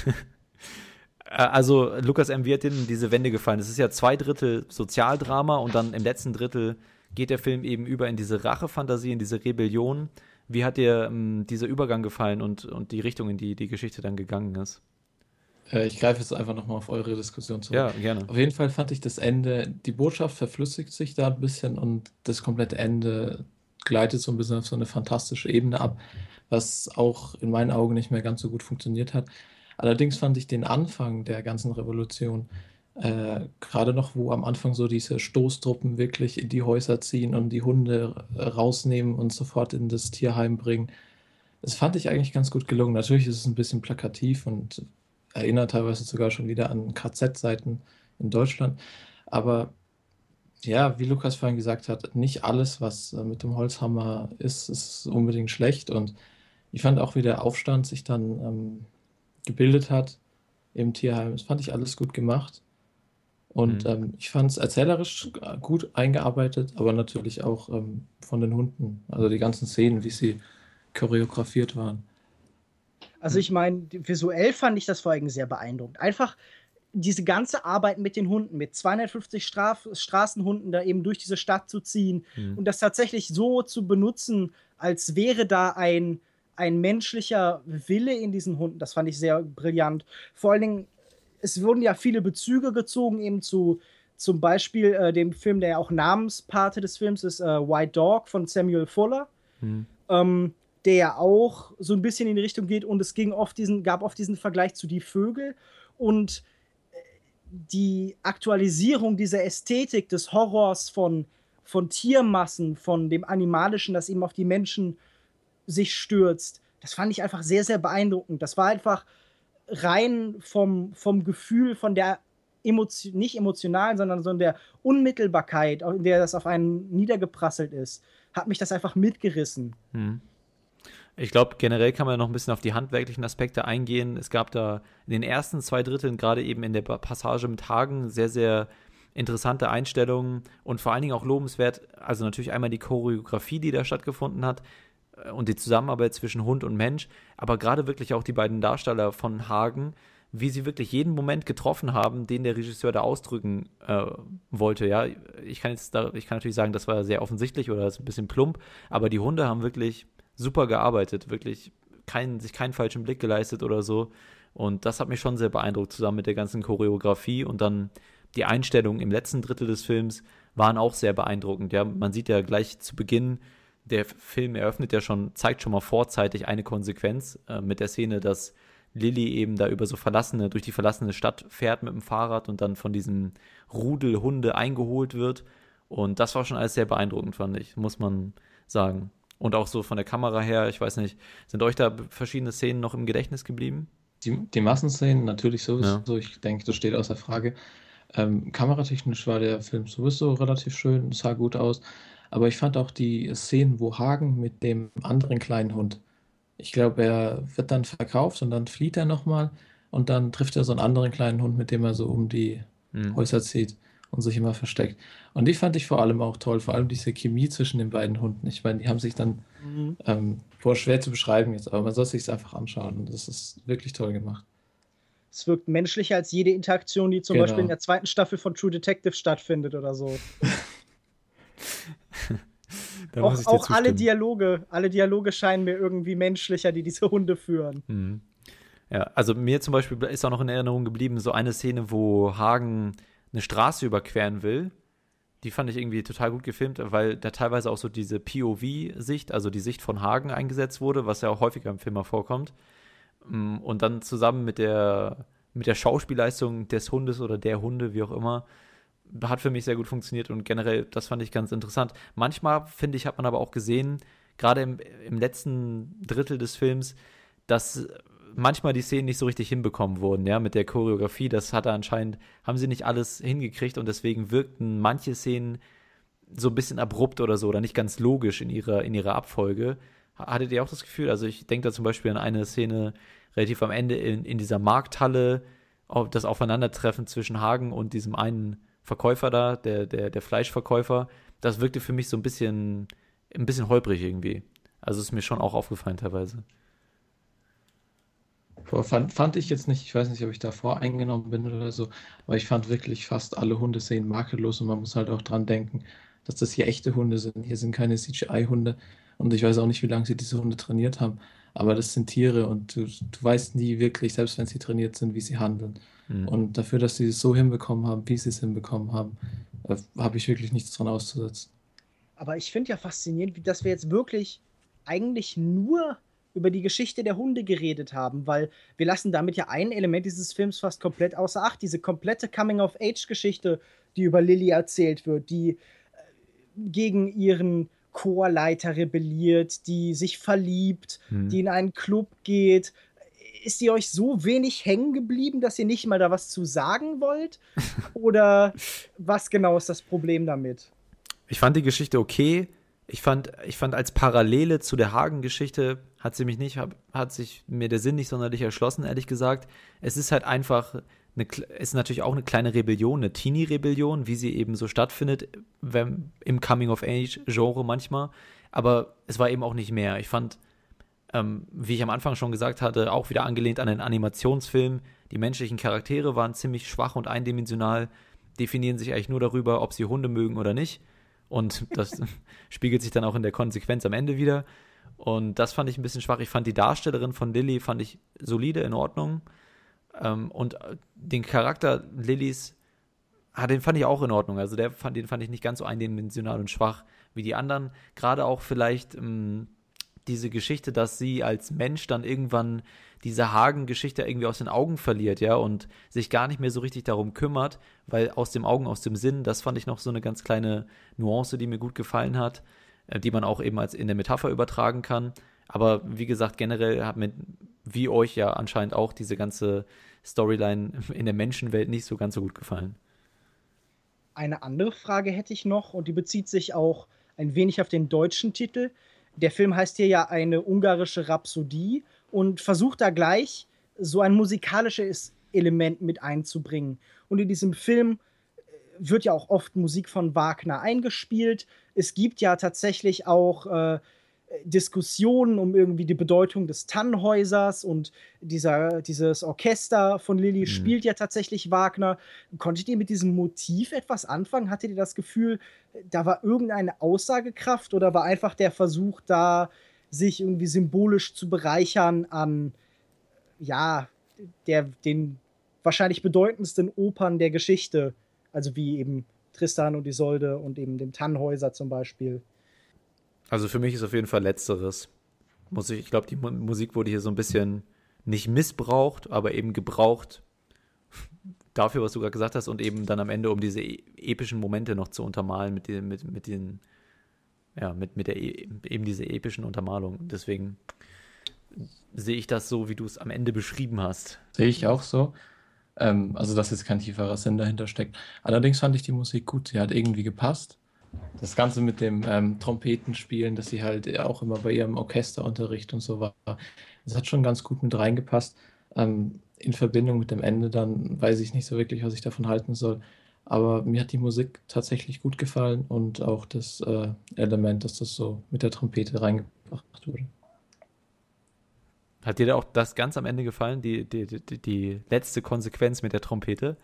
Äh, Also, Lukas M., wie hat dir denn diese Wende gefallen? Es ist ja zwei Drittel Sozialdrama und dann im letzten Drittel geht der Film eben über in diese Rachefantasie, in diese Rebellion. Wie hat dir ähm, dieser Übergang gefallen und, und die Richtung, in die die Geschichte dann gegangen ist? Äh, ich greife jetzt einfach nochmal auf eure Diskussion zurück. Ja, gerne. Auf jeden Fall fand ich das Ende, die Botschaft verflüssigt sich da ein bisschen und das komplette Ende gleitet so ein bisschen auf so eine fantastische Ebene ab, was auch in meinen Augen nicht mehr ganz so gut funktioniert hat. Allerdings fand ich den Anfang der ganzen Revolution, äh, gerade noch, wo am Anfang so diese Stoßtruppen wirklich in die Häuser ziehen und die Hunde äh, rausnehmen und sofort in das Tierheim bringen. Das fand ich eigentlich ganz gut gelungen. Natürlich ist es ein bisschen plakativ und erinnert teilweise sogar schon wieder an K Z-Seiten in Deutschland. Aber ja, wie Lukas vorhin gesagt hat, nicht alles, was äh, mit dem Holzhammer ist, ist unbedingt schlecht. Und ich fand auch, wie der Aufstand sich dann ähm, gebildet hat im Tierheim. Das fand ich alles gut gemacht. Und Mhm. ähm, ich fand es erzählerisch äh, gut eingearbeitet, aber natürlich auch ähm, von den Hunden. Also die ganzen Szenen, wie sie choreografiert waren. Also ich meine, visuell fand ich das vor allem sehr beeindruckend. Einfach diese ganze Arbeit mit den Hunden, mit zweihundertfünfzig Straf- Straßenhunden da eben durch diese Stadt zu ziehen Mhm. und das tatsächlich so zu benutzen, als wäre da ein, ein menschlicher Wille in diesen Hunden, das fand ich sehr brillant. Vor allen Dingen, es wurden ja viele Bezüge gezogen eben zu zum Beispiel äh, dem Film, der ja auch Namenspate des Films ist, äh, White Dog von Samuel Fuller, Mhm. ähm, der ja auch so ein bisschen in die Richtung geht und es ging oft diesen, gab oft diesen Vergleich zu Die Vögel und die Aktualisierung dieser Ästhetik des Horrors von, von Tiermassen, von dem Animalischen, das eben auf die Menschen sich stürzt, das fand ich einfach sehr, sehr beeindruckend. Das war einfach rein vom, vom Gefühl, von der Emotion, nicht emotionalen, sondern so in der Unmittelbarkeit, in der das auf einen niedergeprasselt ist, hat mich das einfach mitgerissen. Mhm. Ich glaube, generell kann man noch ein bisschen auf die handwerklichen Aspekte eingehen. Es gab da in den ersten zwei Dritteln, gerade eben in der Passage mit Hagen, sehr, sehr interessante Einstellungen und vor allen Dingen auch lobenswert, also natürlich einmal die Choreografie, die da stattgefunden hat äh, und die Zusammenarbeit zwischen Hund und Mensch, aber gerade wirklich auch die beiden Darsteller von Hagen, wie sie wirklich jeden Moment getroffen haben, den der Regisseur da ausdrücken äh, wollte. Ja, ich kann jetzt da, ich kann natürlich sagen, das war sehr offensichtlich oder ist ein bisschen plump, aber die Hunde haben wirklich super gearbeitet, wirklich kein, sich keinen falschen Blick geleistet oder so. Und das hat mich schon sehr beeindruckt, zusammen mit der ganzen Choreografie. Und dann die Einstellungen im letzten Drittel des Films waren auch sehr beeindruckend. Ja, man sieht ja gleich zu Beginn, der Film eröffnet ja schon, zeigt schon mal vorzeitig eine Konsequenz äh, mit der Szene, dass Lilly eben da über so verlassene, durch die verlassene Stadt fährt mit dem Fahrrad und dann von diesem Rudel Hunde eingeholt wird. Und das war schon alles sehr beeindruckend, fand ich, muss man sagen. Und auch so von der Kamera her, ich weiß nicht, sind euch da verschiedene Szenen noch im Gedächtnis geblieben? Die, die Massenszenen natürlich sowieso, Ja. ich denke, das steht außer Frage. Ähm, kameratechnisch war der Film sowieso relativ schön, sah gut aus. Aber ich fand auch die Szenen, wo Hagen mit dem anderen kleinen Hund, ich glaube, er wird dann verkauft und dann flieht er nochmal und dann trifft er so einen anderen kleinen Hund, mit dem er so um die Hm. Häuser zieht und sich immer versteckt. Und die fand ich vor allem auch toll, vor allem diese Chemie zwischen den beiden Hunden. Ich meine, die haben sich dann, ähm, boah, schwer zu beschreiben jetzt, aber man soll sich es einfach anschauen und das ist wirklich toll gemacht. Es wirkt menschlicher als jede Interaktion, die zum Genau. Beispiel in der zweiten Staffel von True Detective stattfindet oder so. Da muss Auch, ich dir auch alle zustimmen. Dialoge, alle Dialoge scheinen mir irgendwie menschlicher, die diese Hunde führen. Mhm. Ja, also mir zum Beispiel ist auch noch in Erinnerung geblieben, so eine Szene, wo Hagen eine Straße überqueren will. Die fand ich irgendwie total gut gefilmt, weil da teilweise auch so diese P O V-Sicht, also die Sicht von Hagen eingesetzt wurde, was ja auch häufiger im Film mal vorkommt. Mm, Und dann zusammen mit der, mit der Schauspielleistung des Hundes oder der Hunde, wie auch immer, hat für mich sehr gut funktioniert und generell, das fand ich ganz interessant. Manchmal, finde ich, hat man aber auch gesehen, gerade im, im letzten Drittel des Films, dass manchmal die Szenen nicht so richtig hinbekommen wurden, ja, mit der Choreografie. Das hatte anscheinend, haben sie nicht alles hingekriegt und deswegen wirkten manche Szenen so ein bisschen abrupt oder so oder nicht ganz logisch in ihrer, in ihrer Abfolge. Hattet ihr auch das Gefühl? Also ich denke da zum Beispiel an eine Szene relativ am Ende in, in dieser Markthalle, auf das Aufeinandertreffen zwischen Hagen und diesem einen Verkäufer da, der, der, der Fleischverkäufer. Das wirkte für mich so ein bisschen, ein bisschen holprig irgendwie. Also ist mir schon auch aufgefallen teilweise. Boah, fand, fand ich jetzt nicht, ich weiß nicht, ob ich da voreingenommen bin oder so, aber ich fand wirklich fast alle Hundeszenen makellos und man muss halt auch dran denken, dass das hier echte Hunde sind. Hier sind keine C G I-Hunde und ich weiß auch nicht, wie lange sie diese Hunde trainiert haben, aber das sind Tiere und du, du weißt nie wirklich, selbst wenn sie trainiert sind, wie sie handeln. Mhm. Und dafür, dass sie es so hinbekommen haben, wie sie es hinbekommen haben, äh, habe ich wirklich nichts dran auszusetzen. Aber ich finde ja faszinierend, wie- dass wir jetzt wirklich eigentlich nur über die Geschichte der Hunde geredet haben, weil wir lassen damit ja ein Element dieses Films fast komplett außer Acht. Diese komplette Coming-of-Age-Geschichte, die über Lilly erzählt wird, die äh, gegen ihren Chorleiter rebelliert, die sich verliebt, Hm. die in einen Club geht. Ist die euch so wenig hängen geblieben, dass ihr nicht mal da was zu sagen wollt? Oder was genau ist das Problem damit? Ich fand die Geschichte okay. Ich fand, ich fand als Parallele zu der Hagen-Geschichte hat sie mich nicht, hab, hat sich mir der Sinn nicht sonderlich erschlossen, ehrlich gesagt. Es ist halt einfach, eine, es ist natürlich auch eine kleine Rebellion, eine Teenie-Rebellion, wie sie eben so stattfindet, wenn, im Coming-of-Age-Genre manchmal. Aber es war eben auch nicht mehr. Ich fand, ähm, wie ich am Anfang schon gesagt hatte, auch wieder angelehnt an den Animationsfilm, Die menschlichen Charaktere waren ziemlich schwach und eindimensional, definieren sich eigentlich nur darüber, ob sie Hunde mögen oder nicht. Und das spiegelt sich dann auch in der Konsequenz am Ende wieder. Und das fand ich ein bisschen schwach. Ich fand die Darstellerin von Lily, fand ich solide, in Ordnung. Ähm, und den Charakter Lillys, ah, den fand ich auch in Ordnung. Also der fand, den fand ich nicht ganz so eindimensional und schwach wie die anderen. Gerade auch vielleicht ähm, diese Geschichte, dass sie als Mensch dann irgendwann diese Hagen-Geschichte irgendwie aus den Augen verliert, ja, und sich gar nicht mehr so richtig darum kümmert, weil aus dem Augen, aus dem Sinn, das fand ich noch so eine ganz kleine Nuance, die mir gut gefallen hat, äh, die man auch eben als in der Metapher übertragen kann. Aber wie gesagt, generell hat mir, wie euch ja anscheinend auch, diese ganze Storyline in der Menschenwelt nicht so ganz so gut gefallen. Eine andere Frage hätte ich noch, und die bezieht sich auch ein wenig auf den deutschen Titel. Der Film heißt hier ja eine ungarische Rhapsodie und versucht da gleich so ein musikalisches Element mit einzubringen. Und in diesem Film wird ja auch oft Musik von Wagner eingespielt. Es gibt ja tatsächlich auch äh, Diskussionen um irgendwie die Bedeutung des Tannhäusers, und dieser, dieses Orchester von Lilly mhm. spielt ja tatsächlich Wagner. Konntet ihr mit diesem Motiv etwas anfangen? Hattet ihr das Gefühl, da war irgendeine Aussagekraft, oder war einfach der Versuch da, sich irgendwie symbolisch zu bereichern an, ja, der, den wahrscheinlich bedeutendsten Opern der Geschichte, also wie eben Tristan und Isolde und eben dem Tannhäuser zum Beispiel? Also für mich ist auf jeden Fall Letzteres. Muss ich, ich glaube, die Mu- Musik wurde hier so ein bisschen nicht missbraucht, aber eben gebraucht dafür, was du gerade gesagt hast, und eben dann am Ende, um diese e- epischen Momente noch zu untermalen mit den, mit, mit den, ja, mit, mit der e- eben diese epischen Untermalung. Deswegen sehe ich das so, wie du es am Ende beschrieben hast. Sehe ich auch so. Ähm, also, dass jetzt kein tieferer Sinn dahinter steckt. Allerdings fand ich die Musik gut. Sie hat irgendwie gepasst. Das Ganze mit dem ähm, Trompetenspielen, dass sie halt auch immer bei ihrem Orchesterunterricht und so war, das hat schon ganz gut mit reingepasst. Ähm, in Verbindung mit dem Ende dann weiß ich nicht so wirklich, was ich davon halten soll. Aber mir hat die Musik tatsächlich gut gefallen und auch das äh, Element, dass das so mit der Trompete reingebracht wurde. Hat dir da auch das ganz am Ende gefallen, die, die, die, die letzte Konsequenz mit der Trompete?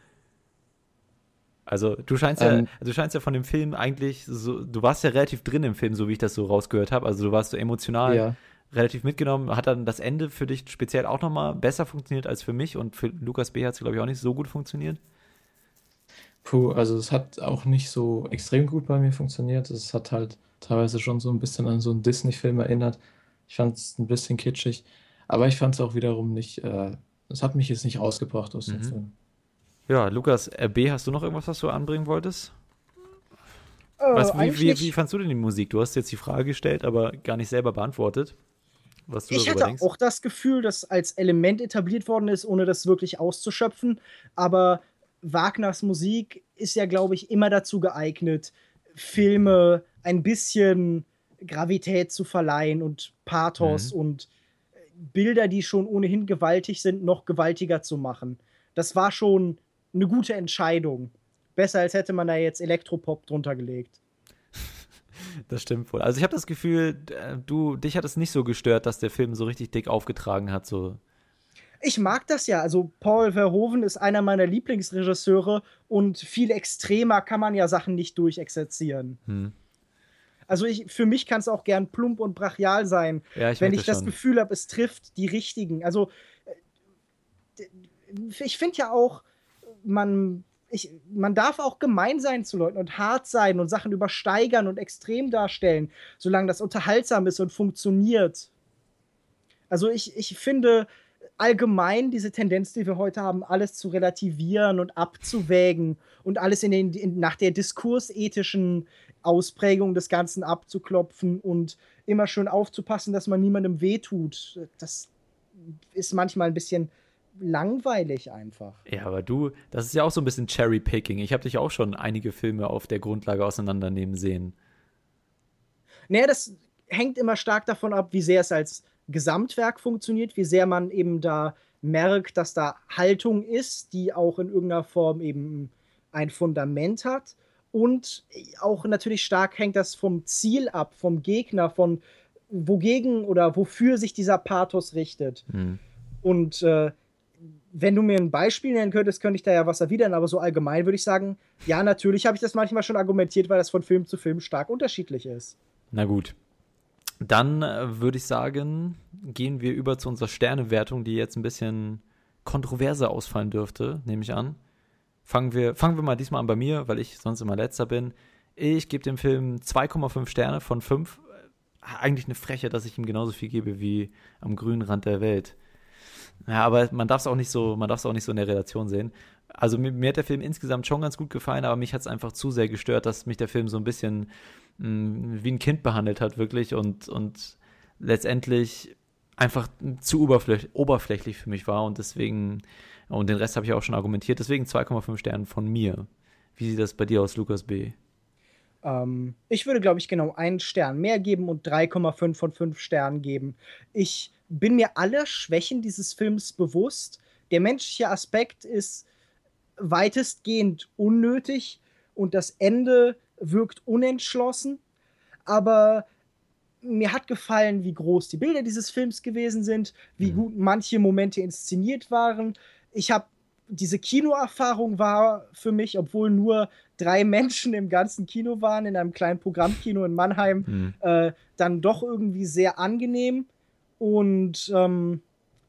Also du scheinst ja, Ähm, du scheinst ja von dem Film eigentlich so, du warst ja relativ drin im Film, so wie ich das so rausgehört habe. Also du warst so emotional ja. relativ mitgenommen. Hat dann das Ende für dich speziell auch nochmal besser funktioniert als für mich, und für Lukas B. hat es, glaube ich, auch nicht so gut funktioniert? Puh, also es hat auch nicht so extrem gut bei mir funktioniert. Es hat halt teilweise schon so ein bisschen an so einen Disney-Film erinnert. Ich fand es ein bisschen kitschig, aber ich fand es auch wiederum nicht, äh, es hat mich jetzt nicht rausgebracht aus dem Mhm. Film. Ja, Lukas äh, B., hast du noch irgendwas, was du anbringen wolltest? Äh, Was, wie, eigentlich wie, nicht. wie fandst du denn die Musik? Du hast jetzt die Frage gestellt, aber gar nicht selber beantwortet, was du Ich darüber hatte denkst. auch das Gefühl, dass als Element etabliert worden ist, ohne das wirklich auszuschöpfen. Aber Wagners Musik ist ja, glaube ich, immer dazu geeignet, Filme ein bisschen Gravität zu verleihen und Pathos Mhm. und Bilder, die schon ohnehin gewaltig sind, noch gewaltiger zu machen. Das war schon eine gute Entscheidung. Besser, als hätte man da jetzt Elektropop drunter gelegt. Das stimmt wohl. Also ich habe das Gefühl, äh, du, dich hat es nicht so gestört, dass der Film so richtig dick aufgetragen hat. So. Ich mag das ja. Also Paul Verhoeven ist einer meiner Lieblingsregisseure, und viel extremer kann man ja Sachen nicht durchexerzieren. Hm. Also ich, für mich kann es auch gern plump und brachial sein, Ja, ich wenn merke ich das das schon. Gefühl habe, es trifft die Richtigen. Also äh, d- ich finde ja auch, man, ich, man darf auch gemein sein zu Leuten und hart sein und Sachen übersteigern und extrem darstellen, solange das unterhaltsam ist und funktioniert. Also ich, ich finde allgemein diese Tendenz, die wir heute haben, alles zu relativieren und abzuwägen und alles in den, in, nach der diskursethischen Ausprägung des Ganzen abzuklopfen und immer schön aufzupassen, dass man niemandem wehtut. Das ist manchmal ein bisschen langweilig einfach. Ja, aber du, das ist ja auch so ein bisschen Cherry-Picking. Ich habe dich auch schon einige Filme auf der Grundlage auseinandernehmen sehen. Naja, das hängt immer stark davon ab, wie sehr es als Gesamtwerk funktioniert, wie sehr man eben da merkt, dass da Haltung ist, die auch in irgendeiner Form eben ein Fundament hat. Und auch natürlich stark hängt das vom Ziel ab, vom Gegner, von wogegen oder wofür sich dieser Pathos richtet. Hm. Und äh, wenn du mir ein Beispiel nennen könntest, könnte ich da ja was erwidern, aber so allgemein würde ich sagen, ja, natürlich habe ich das manchmal schon argumentiert, weil das von Film zu Film stark unterschiedlich ist. Na gut. Dann äh, würde ich sagen, gehen wir über zu unserer Sternewertung, die jetzt ein bisschen kontroverser ausfallen dürfte, nehme ich an. Fangen wir, fangen wir mal diesmal an bei mir, weil ich sonst immer Letzter bin. Ich gebe dem Film zwei Komma fünf Sterne von fünf. Eigentlich eine Freche, dass ich ihm genauso viel gebe wie am grünen Rand der Welt. Ja, aber man darf es auch nicht so, man darf es auch nicht so in der Relation sehen. Also mir, mir hat der Film insgesamt schon ganz gut gefallen, aber mich hat es einfach zu sehr gestört, dass mich der Film so ein bisschen mh, wie ein Kind behandelt hat, wirklich, und, und letztendlich einfach zu oberfläch- oberflächlich für mich war, und deswegen, und den Rest habe ich auch schon argumentiert, deswegen zwei Komma fünf Sterne von mir. Wie sieht das bei dir aus, Lukas B.? Ähm, ich würde, glaube ich, genau einen Stern mehr geben und drei Komma fünf von fünf Sternen geben. Ich bin mir aller Schwächen dieses Films bewusst. Der menschliche Aspekt ist weitestgehend unnötig und das Ende wirkt unentschlossen. Aber mir hat gefallen, wie groß die Bilder dieses Films gewesen sind, wie gut manche Momente inszeniert waren. Ich habe diese Kinoerfahrung war für mich, obwohl nur drei Menschen im ganzen Kino waren, in einem kleinen Programmkino in Mannheim, mhm. äh, dann doch irgendwie sehr angenehm. Und ähm,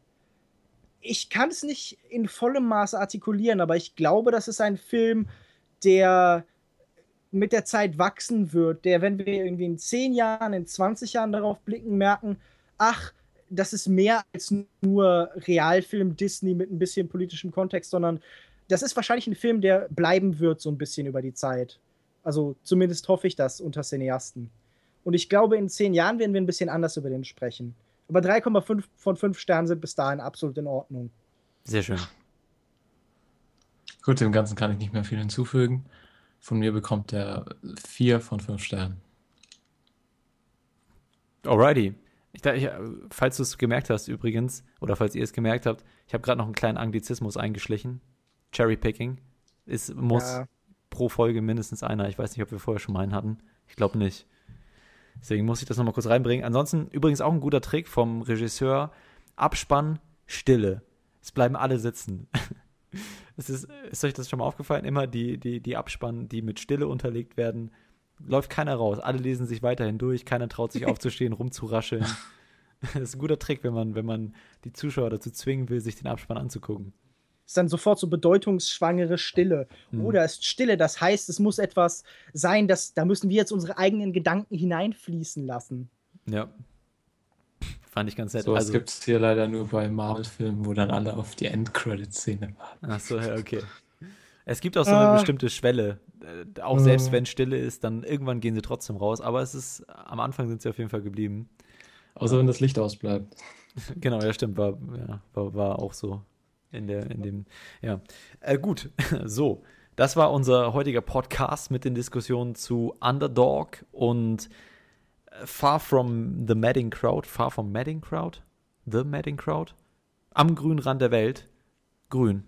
ich kann es nicht in vollem Maße artikulieren, aber ich glaube, das ist ein Film, der mit der Zeit wachsen wird, der, wenn wir irgendwie in zehn Jahren, in zwanzig Jahren darauf blicken, merken, ach, das ist mehr als nur Realfilm Disney mit ein bisschen politischem Kontext, sondern das ist wahrscheinlich ein Film, der bleiben wird so ein bisschen über die Zeit. Also zumindest hoffe ich das unter Cineasten. Und ich glaube, in zehn Jahren werden wir ein bisschen anders über den sprechen. Aber drei Komma fünf von fünf Sternen sind bis dahin absolut in Ordnung. Sehr schön. Gut, dem Ganzen kann ich nicht mehr viel hinzufügen. Von mir bekommt er vier von fünf Sternen. Alrighty. Ich, ich, falls du es gemerkt hast übrigens, oder falls ihr es gemerkt habt, ich habe gerade noch einen kleinen Anglizismus eingeschlichen. Cherrypicking. Es muss ja. pro Folge mindestens einer. Ich weiß nicht, ob wir vorher schon mal einen hatten. Ich glaube nicht. Deswegen muss ich das nochmal kurz reinbringen. Ansonsten übrigens auch ein guter Trick vom Regisseur. Abspann, Stille. Es bleiben alle sitzen. Es ist, ist euch das schon mal aufgefallen? Immer die, die, die Abspann, die mit Stille unterlegt werden, läuft keiner raus. Alle lesen sich weiterhin durch. Keiner traut sich aufzustehen, rumzurascheln. Das ist ein guter Trick, wenn man, wenn man die Zuschauer dazu zwingen will, sich den Abspann anzugucken. Ist dann sofort so bedeutungsschwangere Stille. Mhm. Oder ist Stille, das heißt, es muss etwas sein, das, da müssen wir jetzt unsere eigenen Gedanken hineinfließen lassen. Ja. Fand ich ganz nett. So was also, gibt es hier leider nur bei Marvel-Filmen, wo dann alle auf die Endcredit-Szene warten. Ach so, ja, okay. Es gibt auch so eine ah. bestimmte Schwelle. Auch mhm. selbst wenn Stille ist, dann irgendwann gehen sie trotzdem raus. Aber es ist, am Anfang sind sie auf jeden Fall geblieben. Außer wenn das Licht ausbleibt. Genau, ja, stimmt. War, ja, war, war auch so. In der, in dem, ja. Äh, gut, so. Das war unser heutiger Podcast mit den Diskussionen zu Underdog und Far from the Madding Crowd. Far from Madding Crowd? The Madding Crowd? Am grünen Rand der Welt. Grün.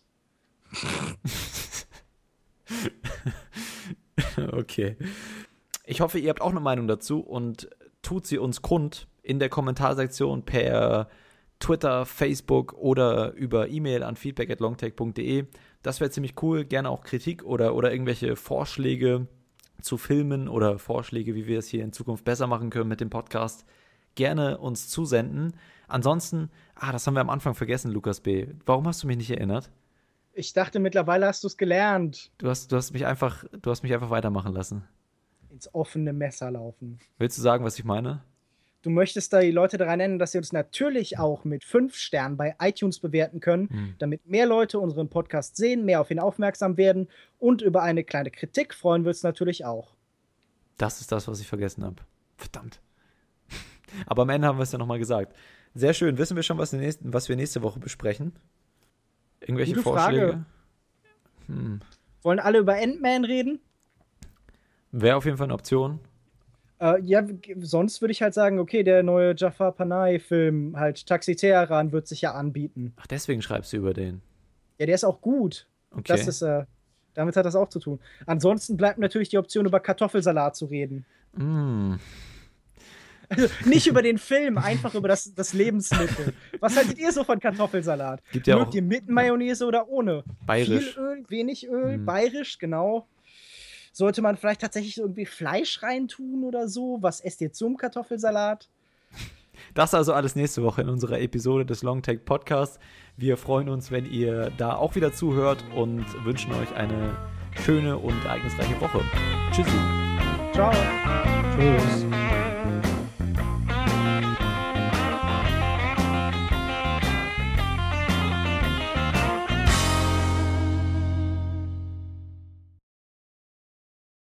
Okay. Ich hoffe, ihr habt auch eine Meinung dazu und tut sie uns kund in der Kommentarsektion per Twitter, Facebook oder über E-Mail an feedback at longtake punkt de. Das wäre ziemlich cool. Gerne auch Kritik oder, oder irgendwelche Vorschläge zu Filmen oder Vorschläge, wie wir es hier in Zukunft besser machen können mit dem Podcast. Gerne uns zusenden. Ansonsten, ah, das haben wir am Anfang vergessen, Lukas B. Warum hast du mich nicht erinnert? Ich dachte, mittlerweile hast du es gelernt. Du hast, du hast mich einfach, du hast mich einfach weitermachen lassen. Ins offene Messer laufen. Willst du sagen, was ich meine? Du möchtest da die Leute daran erinnern, dass sie uns natürlich auch mit fünf Sternen bei iTunes bewerten können, hm. damit mehr Leute unseren Podcast sehen, mehr auf ihn aufmerksam werden, und über eine kleine Kritik freuen wir uns natürlich auch. Das ist das, was ich vergessen habe. Verdammt. Aber am Ende haben wir es ja nochmal gesagt. Sehr schön. Wissen wir schon, was, nächsten, was wir nächste Woche besprechen? Irgendwelche Gute Vorschläge? Frage. Hm. Wollen alle über Ant-Man reden? Wäre auf jeden Fall eine Option. Uh, ja, sonst würde ich halt sagen, okay, der neue Jafar Panahi-Film, halt Taxi Teheran, wird sich ja anbieten. Ach, deswegen schreibst du über den? Ja, der ist auch gut. Okay. Das ist, äh, damit hat das auch zu tun. Ansonsten bleibt natürlich die Option, über Kartoffelsalat zu reden. Mm. Also nicht über den Film, einfach über das, das Lebensmittel. Was haltet ihr so von Kartoffelsalat? Gibt ja Mögt auch ihr mit Mayonnaise oder ohne? bayerisch. Viel Öl, wenig Öl, Mhm. bayerisch, genau. Sollte man vielleicht tatsächlich irgendwie Fleisch reintun oder so? Was esst ihr zum Kartoffelsalat? Das also alles nächste Woche in unserer Episode des Long Take Podcasts. Wir freuen uns, wenn ihr da auch wieder zuhört und wünschen euch eine schöne und ereignisreiche Woche. Tschüssi. Ciao. Tschüss.